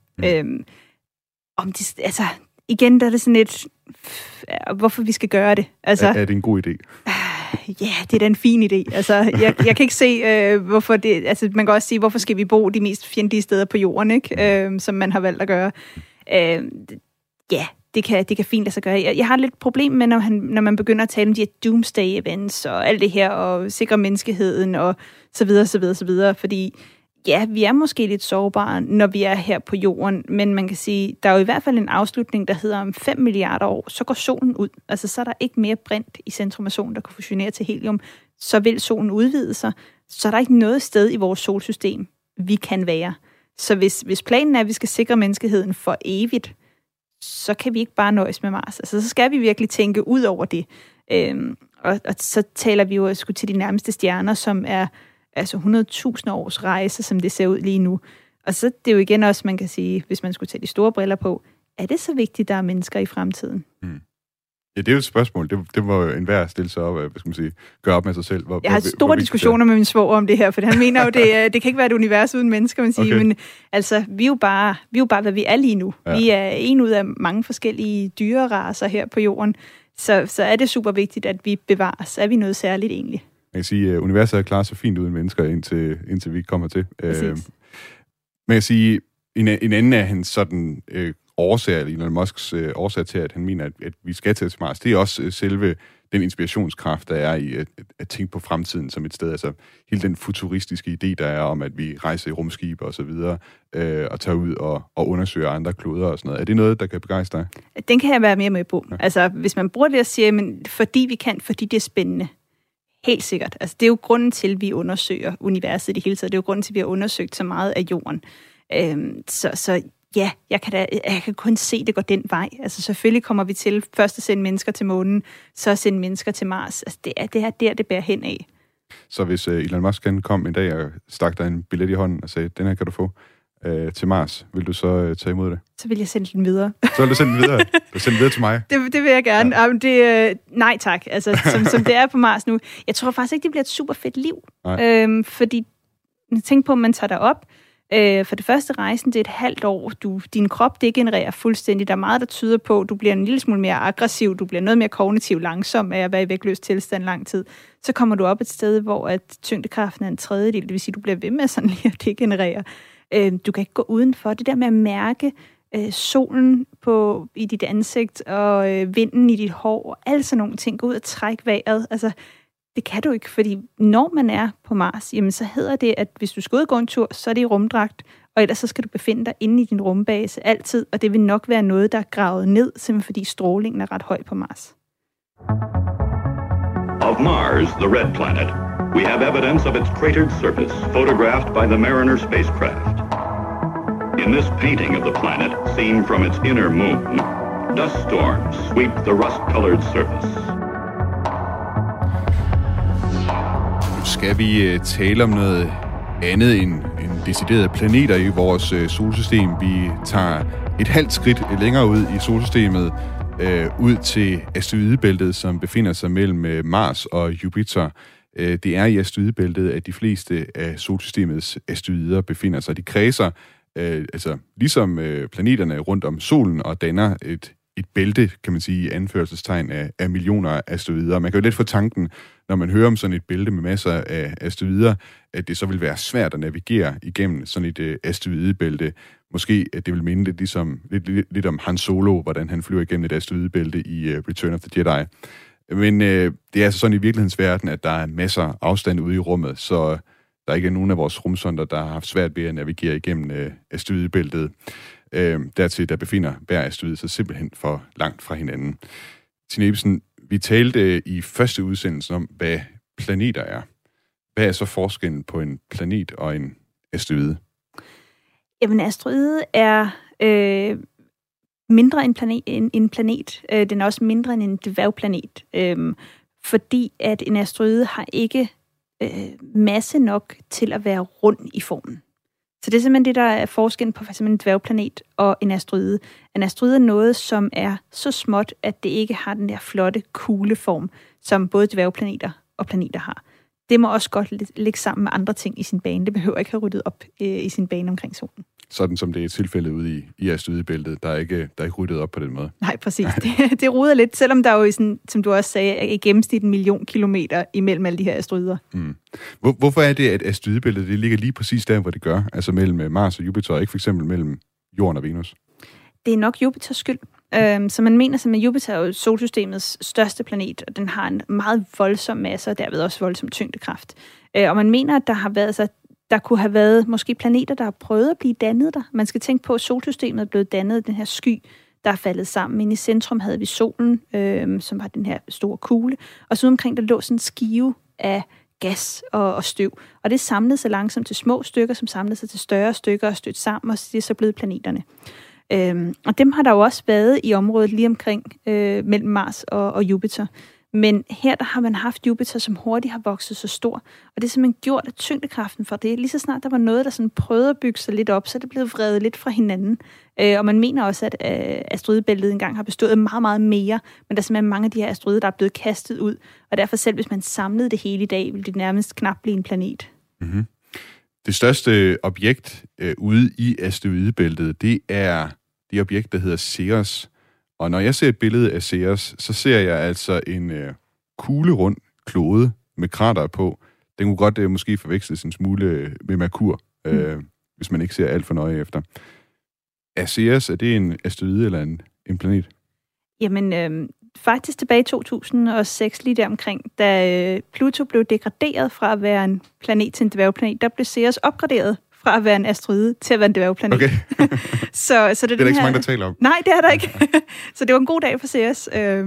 D: Altså, igen, der er det sådan lidt, hvorfor vi skal gøre det. Altså,
B: er det en god idé?
D: Ja, det er da en fin idé. Altså, jeg kan ikke se, hvorfor det... Altså, man kan også sige, hvorfor skal vi bo de mest fjendtlige steder på jorden, ikke? Som man har valgt at gøre. Ja, det kan fint lade sig gøre. Jeg har lidt problem med, når man begynder at tale om de her doomsday events og alt det her, og sikre menneskeheden og så videre, så videre, så videre. Fordi ja, vi er måske lidt sårbare, når vi er her på jorden, men man kan sige, der er jo i hvert fald en afslutning, der hedder om 5 milliarder år, så går solen ud. Altså, så er der ikke mere brint i centrum af solen, der kan fusionere til helium. Så vil solen udvide sig. Så er der ikke noget sted i vores solsystem, vi kan være. Så hvis planen er, at vi skal sikre menneskeheden for evigt, så kan vi ikke bare nøjes med Mars. Altså, så skal vi virkelig tænke ud over det. Og så taler vi jo sgu til de nærmeste stjerner, som er altså 100.000 års rejse, som det ser ud lige nu. Og så det er jo igen også, man kan sige, hvis man skulle tage de store briller på, er det så vigtigt, der er mennesker i fremtiden?
B: Ja, det er jo et spørgsmål. Det må enhver stille sig op, hvad skal man sige, gøre op med sig selv.
D: Jeg har store diskussioner med min svoger om det her, for han mener jo, det kan ikke være et univers uden mennesker, man siger. Okay. Men altså, vi er jo bare, hvad vi er lige nu. Ja. Vi er en ud af mange forskellige dyreracer her på jorden. Så er det super vigtigt, at vi bevares. Er vi noget særligt egentlig?
B: Man kan sige, at universet er klaret så fint uden mennesker, indtil vi kommer til. Man kan sige, en anden af hans sådan årsager, Elon Musks årsag til, at han mener, at vi skal til Mars, det er også selve den inspirationskraft, der er i at tænke på fremtiden som et sted. Altså hele den futuristiske idé, der er om, at vi rejser i rumskibe og så videre, og tager ud og undersøger andre kloder og sådan noget. Er det noget, der kan begejstre dig?
D: Den kan jeg være mere med på. Ja. Altså, hvis man bruger det og siger, men fordi vi kan, fordi det er spændende. Helt sikkert. Altså, det er jo grunden til, at vi undersøger universet i det hele taget. Det er jo grunden til, at vi har undersøgt så meget af jorden. Så ja, jeg kan kun se, det går den vej. Altså selvfølgelig kommer vi til først at sende mennesker til månen, så at sende mennesker til Mars. Altså det er der, det bærer hen af.
B: Så hvis Elon Musk kom en dag og stak dig en billet i hånden og sagde, den her kan du få til Mars, vil du så tage imod det?
D: Så vil jeg sende den videre.
B: Så vil du sende den videre? Du sender den videre til mig?
D: Det vil jeg gerne. Ja. Nej tak. Altså som det er på Mars nu. Jeg tror faktisk ikke, det bliver et super fedt liv. Fordi tænk på, om man tager dig op. For det første rejsen, det er et halvt år. Din krop degenererer fuldstændig. Der er meget, der tyder på, at du bliver en lille smule mere aggressiv. Du bliver noget mere kognitivt langsom af at være i vægtløs tilstand lang tid. Så kommer du op et sted, hvor at tyngdekraften er en tredjedel. Det vil sige, at du bliver ved med sådan lige at degenerere. Du kan ikke gå udenfor. Det der med at mærke solen i dit ansigt og vinden i dit hår og alle sådan nogle ting. Gå ud og trække vejret. Altså, det kan du ikke, fordi når man er på Mars, jamen så hedder det, at hvis du skal ud og gå en tur, så er det i rumdragt, og ellers så skal du befinde dig inde i din rumbase altid, og det vil nok være noget, der er gravet ned, simpelthen fordi strålingen er ret høj på Mars.
C: Of Mars, the red planet, we have evidence of its cratered surface photographed by the Mariner spacecraft. In this painting of the planet, seen from its inner moon, dust storms sweep the rust-colored surface.
B: Skal vi tale om noget andet end deciderede planeter i vores solsystem? Vi tager et halvt skridt længere ud i solsystemet, ud til asteroidebæltet, som befinder sig mellem Mars og Jupiter. Det er i asteroidebæltet, at de fleste af solsystemets asteroider befinder sig. De kredser, ligesom planeterne rundt om solen, og danner et bælte, kan man sige, i anførselstegn af millioner af asteroider. Man kan jo lidt få tanken, når man hører om sådan et bælte med masser af asteroider, at det så vil være svært at navigere igennem sådan et asteroidebælte. Måske at det vil minde lidt om Han Solo, hvordan han flyver igennem et asteroidebælte i Return of the Jedi. Men det er altså sådan i virkelighedens verden, at der er masser af afstand ude i rummet, så der ikke er nogen af vores rumsonder, der har haft svært ved at navigere igennem asteroidebæltet. Dertil, der befinder hver asteroide sig simpelthen for langt fra hinanden. Tine Ebbesen, vi talte i første udsendelse om, hvad planeter er. Hvad er så forskellen på en planet og en asteroide?
D: Jamen, asteroide er mindre end en planet. Den er også mindre end en dværgplanet. Fordi at en asteroide har ikke masse nok til at være rund i formen. Så det er simpelthen det, der er forskellen på for eksempel en dværgplanet og en asteroide. En asteroide er noget, som er så småt, at det ikke har den der flotte, kugleform, som både dværgplaneter og planeter har. Det må også godt ligge sammen med andre ting i sin bane. Det behøver ikke have ryddet op i sin bane omkring solen. Sådan
B: som det er tilfældet ude i asteroidebæltet. Der er ikke ryddet op på den måde.
D: Nej, præcis. Det ruder lidt, selvom der er jo, sådan, som du også sagde, er i gennemsnit 1 million kilometer imellem alle de her asteroider.
B: Mm. Hvorfor er det, at asteroidebæltet det ligger lige præcis der, hvor det gør? Altså mellem Mars og Jupiter, og ikke for eksempel mellem Jorden og Venus?
D: Det er nok Jupiters skyld. Så man mener, at Jupiter er jo solsystemets største planet, og den har en meget voldsom masse, og derved også voldsom tyngdekraft. Og man mener, at der kunne have været måske planeter, der har prøvet at blive dannet der. Man skal tænke på, at solsystemet er blevet dannet af den her sky, der er faldet sammen. Inde i centrum havde vi solen, som var den her store kugle, og så omkring der lå sådan en skive af gas og støv. Og det samlede sig langsomt til små stykker, som samlede sig til større stykker og stødte sammen, og det er så blevet planeterne. Og dem har der jo også været i området lige omkring mellem Mars og Jupiter. Men her der har man haft Jupiter, som hurtigt har vokset så stor, og det er simpelthen gjort af tyngdekraften for det. Lige så snart der var noget, der sådan prøvede at bygge sig lidt op, så er det blevet vredet lidt fra hinanden. Og man mener også, at asteroidebæltet engang har bestået af meget, meget mere, men der er simpelthen mange af de her asteroider, der er blevet kastet ud, og derfor selv hvis man samlede det hele i dag, ville det nærmest knap blive en planet.
B: Mm-hmm. Det største objekt ude i asteroidebæltet, det er det objekt, der hedder Ceres. Og når jeg ser et billede af Ceres, så ser jeg altså en kuglerund klode med krater på. Den kunne godt måske forveksles en smule med Merkur, hvis man ikke ser alt for nøje efter. Er Ceres, er det en asteroide eller en planet?
D: Jamen, faktisk tilbage i 2006, lige der omkring, da Pluto blev degraderet fra at være en planet til en dværgplanet, der blev Ceres opgraderet fra at være en asteroide til at være en dværgplanet.
B: Okay.
D: så det
B: er der ikke så mange, der taler om.
D: Nej, det er der ikke. Så det var en god dag for Ceres.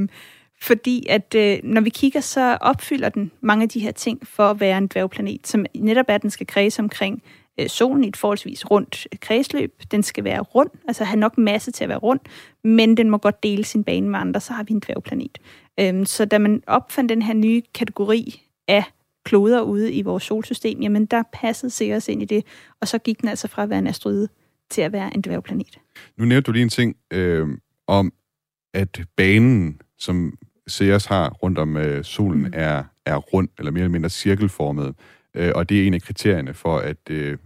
D: Fordi at når vi kigger, så opfylder den mange af de her ting for at være en dværgplanet, som netop er, at den skal kredse omkring solen i et forholdsvis rundt kredsløb. Den skal være rund, altså have nok masse til at være rund, men den må godt dele sin bane med andre, så har vi en dværgplanet. Så da man opfandt den her nye kategori af kloder ude i vores solsystem, jamen der passede Ceres ind i det, og så gik den altså fra at være en asteroide til at være en dværgplanet.
B: Nu nævnte du lige en ting om, at banen, som Ceres har rundt om solen, er rund, eller mere eller mindre cirkelformet, og det er en af kriterierne for, at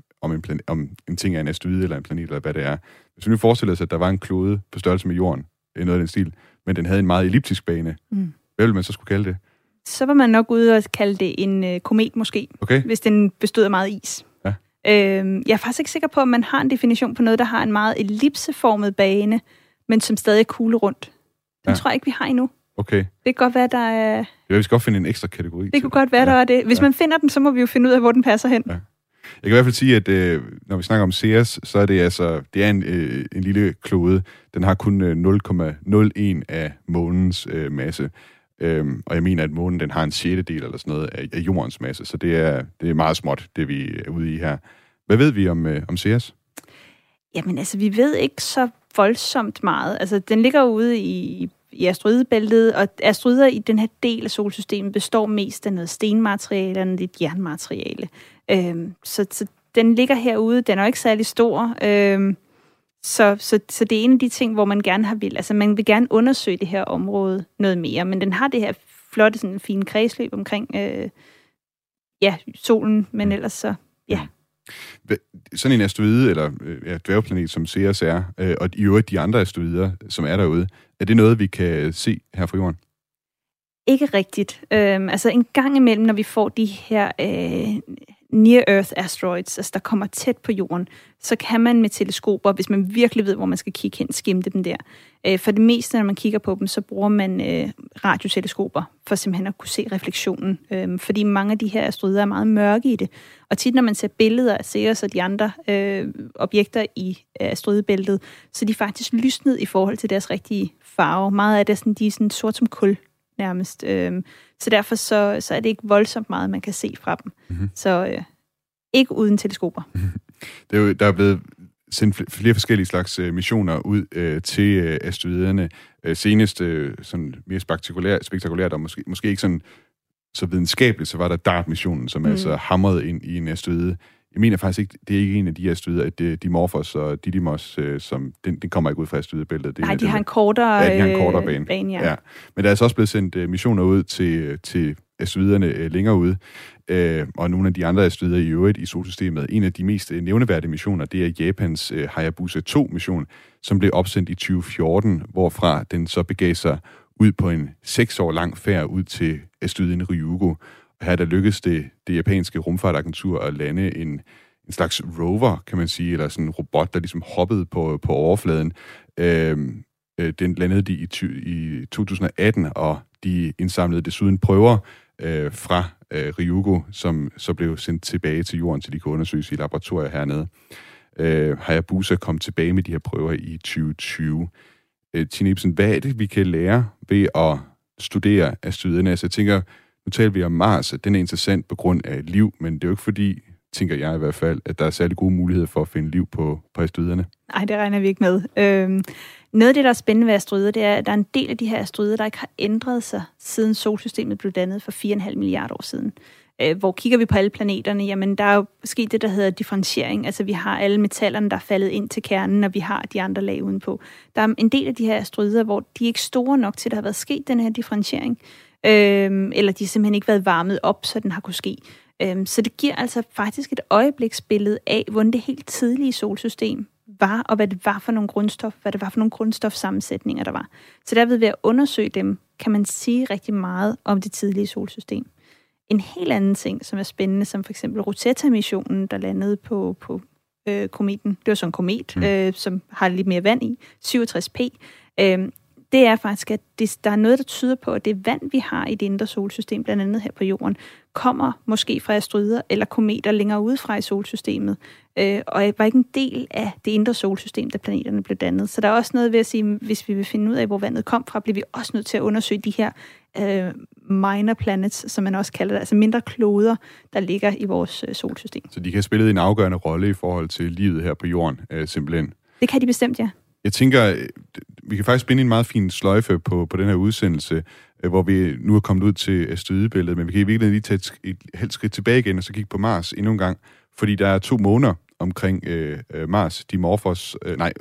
B: om en ting er en asteroide eller en planet, eller hvad det er. Hvis vi nu forestiller os, at der var en klode på størrelse med jorden, noget af den stil, men den havde en meget elliptisk bane, hvad ville man så skulle kalde det?
D: Så var man nok ude og kalde det en komet måske, hvis den bestod af meget is. Ja. Jeg er faktisk ikke sikker på, om man har en definition på noget, der har en meget ellipseformet bane, men som stadig er kuglerundt. Den tror jeg ikke, vi har endnu.
B: Okay.
D: Det kan godt være, der er...
B: Ja, vi skal godt finde en ekstra kategori.
D: Det kunne godt være, der er det. Hvis man finder den, så må vi jo finde ud af, hvor den passer hen. Ja.
B: Jeg kan i hvert fald sige, at når vi snakker om Ceres, så er det altså... Det er en lille klode. Den har kun 0,01 af månens masse. Og jeg mener, at månen den har en sjettedel eller sådan noget af jordens masse. Så det er meget småt, det vi er ude i her. Hvad ved vi om Ceres?
D: Jamen altså, vi ved ikke så voldsomt meget. Altså, den ligger ude i asteroidebæltet, og asteroider i den her del af solsystemet består mest af noget stenmateriale og lidt jernmateriale. Så den ligger herude, den er jo ikke særlig stor, så det er en af de ting, hvor man gerne man vil gerne undersøge det her område noget mere, men den har det her flotte, sådan fine kredsløb omkring solen, men ellers så, ja.
B: Sådan en asteroide, eller dværgplanet, som Ceres er, og i øvrigt de andre asteroider, som er derude, er det noget, vi kan se her fra jorden?
D: Ikke rigtigt. Altså en gang imellem, når vi får de her near-Earth asteroids, altså der kommer tæt på jorden, så kan man med teleskoper, hvis man virkelig ved, hvor man skal kigge hen, skimte dem der. For det meste, når man kigger på dem, så bruger man radioteleskoper for simpelthen at kunne se refleksionen. Fordi mange af de her asteroider er meget mørke i det. Og tit, når man ser billeder af Ceres og de andre objekter i asteroidebæltet, så er de faktisk lysnet i forhold til deres rigtige farve. Meget af det de er sådan sort som kul nærmest. Så derfor så er det ikke voldsomt meget, man kan se fra dem. Mm-hmm. Så ikke uden teleskoper.
B: Mm-hmm. Der er blevet sendt flere forskellige slags missioner ud til asteroiderne. Senest sådan mere spektakulært og måske ikke sådan så videnskabeligt, så var der DART-missionen, som altså hamrede ind i en asteroide. Jeg mener faktisk ikke, det er ikke en af de asteroider, at Dimorphos og Didymos, som den kommer ikke ud fra asteroidebæltet.
D: Nej, de har en kortere
B: bane. Ja. Men der er altså også blevet sendt missioner ud til asteroiderne længere ude, og nogle af de andre asteroider i øvrigt i solsystemet. En af de mest nævneværdige missioner, det er Japans Hayabusa 2-mission, som blev opsendt i 2014, hvorfra den så begav sig ud på en 6 år lang færd ud til asteroiden Ryugu. Her der lykkedes det japanske rumfartagentur at lande en slags rover, kan man sige, eller sådan en robot, der ligesom hoppede på overfladen. Den landede de i 2018, og de indsamlede desuden prøver fra Ryugu, som så blev sendt tilbage til jorden, så de kunne undersøges i laboratorier hernede. Hayabusa kom tilbage med de her prøver i 2020. Tine Ibsen, hvad er det, vi kan lære ved at studere asteroiderne? Altså jeg tænker, nu taler vi om Mars, at den er interessant på grund af liv, men det er jo ikke fordi, tænker jeg i hvert fald, at der er særlig gode muligheder for at finde liv på asteroiderne.
D: Nej, det regner vi ikke med. Noget af det, der er spændende ved asteroider, det er, at der er en del af de her asteroider, der ikke har ændret sig, siden solsystemet blev dannet for 4,5 milliarder år siden. Hvor kigger vi på alle planeterne, jamen der er jo sket det, der hedder differentiering. Altså vi har alle metallerne, der er faldet ind til kernen, og vi har de andre lag udenpå. Der er en del af de her asteroider, hvor de er ikke store nok til, at der har været sket den her differentiering. Eller de har simpelthen ikke været varmet op, så den har kunne ske. Så det giver altså faktisk et øjebliksbillede af, hvordan det helt tidlige solsystem var, og hvad det var for nogle grundstofsammensætninger, der var. Så derved ved at undersøge dem, kan man sige rigtig meget om det tidlige solsystem. En helt anden ting, som er spændende, som for eksempel Rosetta-missionen, der landede på kometen. Det var sådan en komet, som har lidt mere vand i, 67P. Det er faktisk, at der er noget, der tyder på, at det vand, vi har i det indre solsystem, blandt andet her på jorden, kommer måske fra asteroider eller kometer længere ude fra i solsystemet, og var ikke en del af det indre solsystem, da planeterne blev dannet. Så der er også noget ved at sige, hvis vi vil finde ud af, hvor vandet kom fra, bliver vi også nødt til at undersøge de her minor planets, som man også kalder det, altså mindre kloder, der ligger i vores solsystem.
B: Så de kan spille en afgørende rolle i forhold til livet her på jorden, simpelthen?
D: Det kan de bestemt, ja.
B: Jeg tænker, vi kan faktisk binde en meget fin sløjfe på den her udsendelse, hvor vi nu er kommet ud til asteroidebæltet, men vi kan i virkeligheden lige tage et halvt skridt tilbage igen, og så kigge på Mars endnu en gang, fordi der er 2 måner omkring Mars, Deimos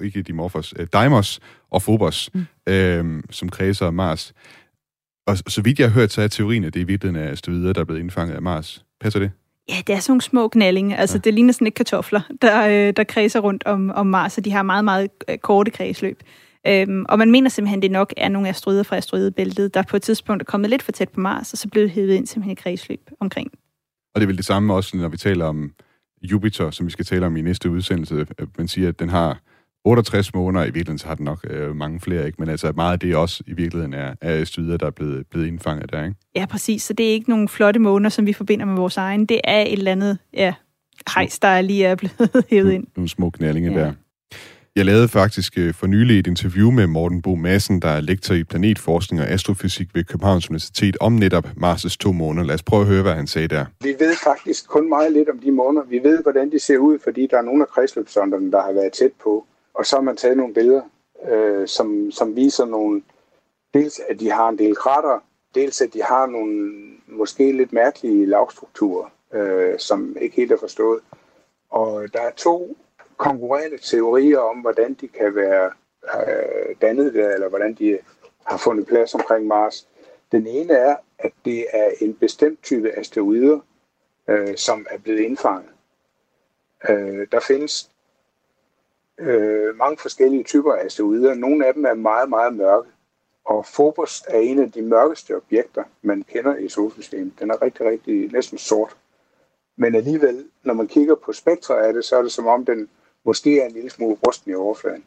B: og Phobos, som kredser om Mars. Og så vidt jeg har hørt, så er teorien, at det i virkeligheden er asteroider, der er blevet indfanget af Mars. Passer det?
D: Ja, det er sådan nogle små knallinger. Altså, det ligner sådan lidt kartofler, der kredser rundt om Mars, og de har meget, meget korte kredsløb. Og man mener simpelthen, det nok er nogle asteroider fra asteroidebæltet, der på et tidspunkt er kommet lidt for tæt på Mars, og så blev hævet ind simpelthen i kredsløb omkring. Og
B: det er vel det samme også, når vi taler om Jupiter, som vi skal tale om i næste udsendelse. Man siger, at den har 68 måneder, i virkeligheden så har den nok mange flere, ikke? Men altså meget af det også i virkeligheden er asteroider, der er blevet indfanget der, ikke?
D: Ja, præcis. Så det er ikke nogle flotte måneder, som vi forbinder med vores egen. Det er et eller andet hejs, der lige er blevet hævet ind.
B: Nogle små knallinger der. Jeg lavede faktisk for nylig et interview med Morten Bo Madsen, der er lektor i planetforskning og astrofysik ved Københavns Universitet, om netop Mars' 2 måner. Lad os prøve at høre, hvad han sagde der.
H: Vi ved faktisk kun meget lidt om de måner. Vi ved, hvordan de ser ud, fordi der er nogle af kredsløbssonderne, der har været tæt på. Og så har man taget nogle billeder, som viser nogle, dels at de har en del krater, dels at de har nogle måske lidt mærkelige lavstrukturer, som ikke helt er forstået. Og der er 2 konkurrerende teorier om, hvordan de kan være dannet der, eller hvordan de har fundet plads omkring Mars. Den ene er, at det er en bestemt type asteroider, som er blevet indfanget. Der findes mange forskellige typer af asteroider. Nogle af dem er meget, meget mørke. Og Phobos er en af de mørkeste objekter, man kender i solsystemet. Den er rigtig, rigtig næsten sort. Men alligevel, når man kigger på spektra af det, så er det som om den måske er en lille smule rusten i overfladen.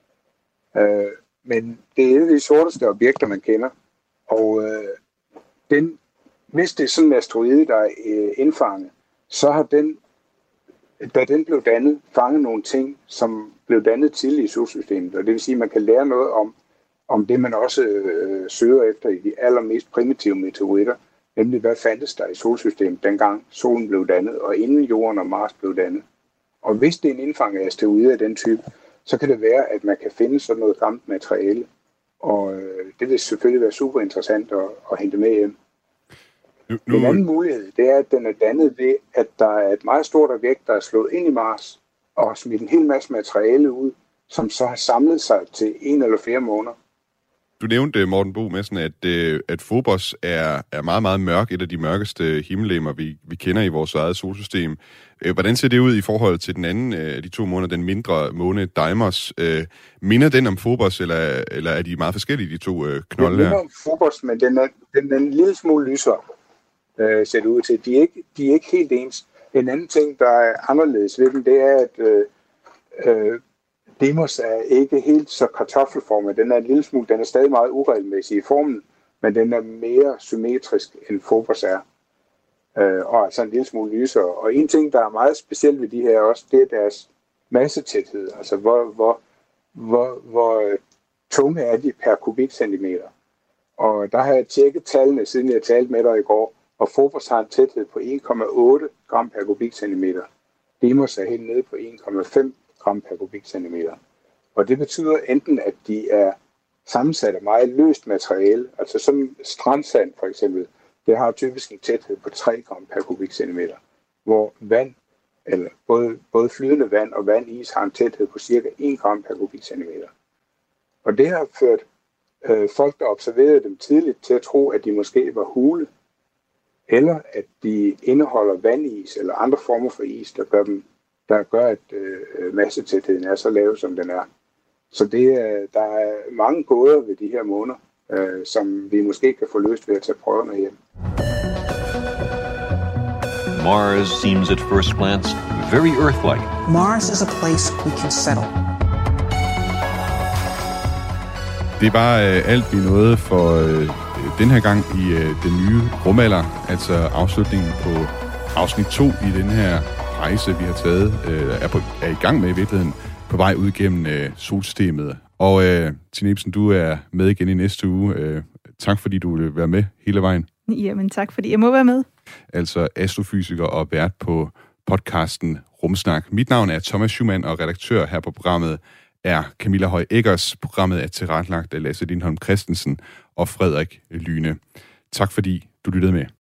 H: Men det er et af de sorteste objekter, man kender. Og hvis det er sådan en asteroide, der er indfanget, så har den, da den blev dannet, fanget nogle ting, som blev dannet tidligt i solsystemet. Og det vil sige, at man kan lære noget om det, man også søger efter i de allermest primitive meteoritter, nemlig hvad fandtes der i solsystemet, dengang solen blev dannet, og inden jorden og Mars blev dannet. Og hvis det er en indfanget asteroide af den type, så kan det være, at man kan finde sådan noget gammelt materiale. Og det vil selvfølgelig være super interessant at hente med hjem. En anden mulighed, det er, at den er dannet ved, at der er et meget stort objekt, der er slået ind i Mars, og smidt en hel masse materiale ud, som så har samlet sig til 1 eller flere måneder.
B: Du nævnte, Morten Bo Madsen, at Phobos er meget, meget mørk, et af de mørkeste himmellegemer, vi kender i vores eget solsystem. Hvordan ser det ud i forhold til den anden af de 2 måneder, den mindre måne Deimos? Minder den om Phobos, eller er de meget forskellige, de 2 knolde? Den
H: minder om Phobos, men den er en lille smule lysere, ser det ud til. De er ikke helt ens. En anden ting, der er anderledes ved dem, det er, at Deimos er ikke helt så kartoffelformet. Den er en lille smule, den er stadig meget uregelmæssig i formen, men den er mere symmetrisk end Phobos er. Og altså en lille smule lysere. Og en ting, der er meget specielt ved de her også, det er deres massetæthed. Altså hvor tunge er de per kubikcentimeter. Og der har jeg tjekket tallene, siden jeg talte med dig i går, og Phobos har en tæthed på 1,8 gram per kubikcentimeter. Deimos er helt nede på 1,5 gram per kubikcentimeter. Og det betyder enten, at de er sammensat af meget løst materiale, altså sådan strandsand for eksempel, det har typisk en tæthed på 3 gram per kubikcentimeter, hvor vand, eller både flydende vand og vandis har en tæthed på cirka 1 gram per kubikcentimeter. Og det har ført folk, der observerede dem tidligt, til at tro, at de måske var hule, eller at de indeholder vandis eller andre former for is, der gør at massetætheden er så lav, som den er. Så der er mange gåder ved de her måner, som vi måske kan få løst ved at tage prøverne hjem.
E: Mars seems at first glance very Earth-like.
F: Mars is a place we can settle.
B: Det er bare alt, vi nåede for den her gang i den nye rumalder, altså afslutningen på afsnit 2 i den her rejse, vi har taget, er i gang med i virkeligheden, på vej ud gennem solsystemet. Og Tine Ibsen, du er med igen i næste uge. Tak fordi du vil være med hele vejen.
D: Jamen tak fordi jeg må være med.
B: Altså astrofysiker og vært på podcasten Rumsnak. Mit navn er Thomas Schumann, og redaktør her på programmet er Camilla Høj Eggers. Programmet er tilrettelagt af Lasse Lindholm Christensen og Frederik Lyne. Tak fordi du lyttede med.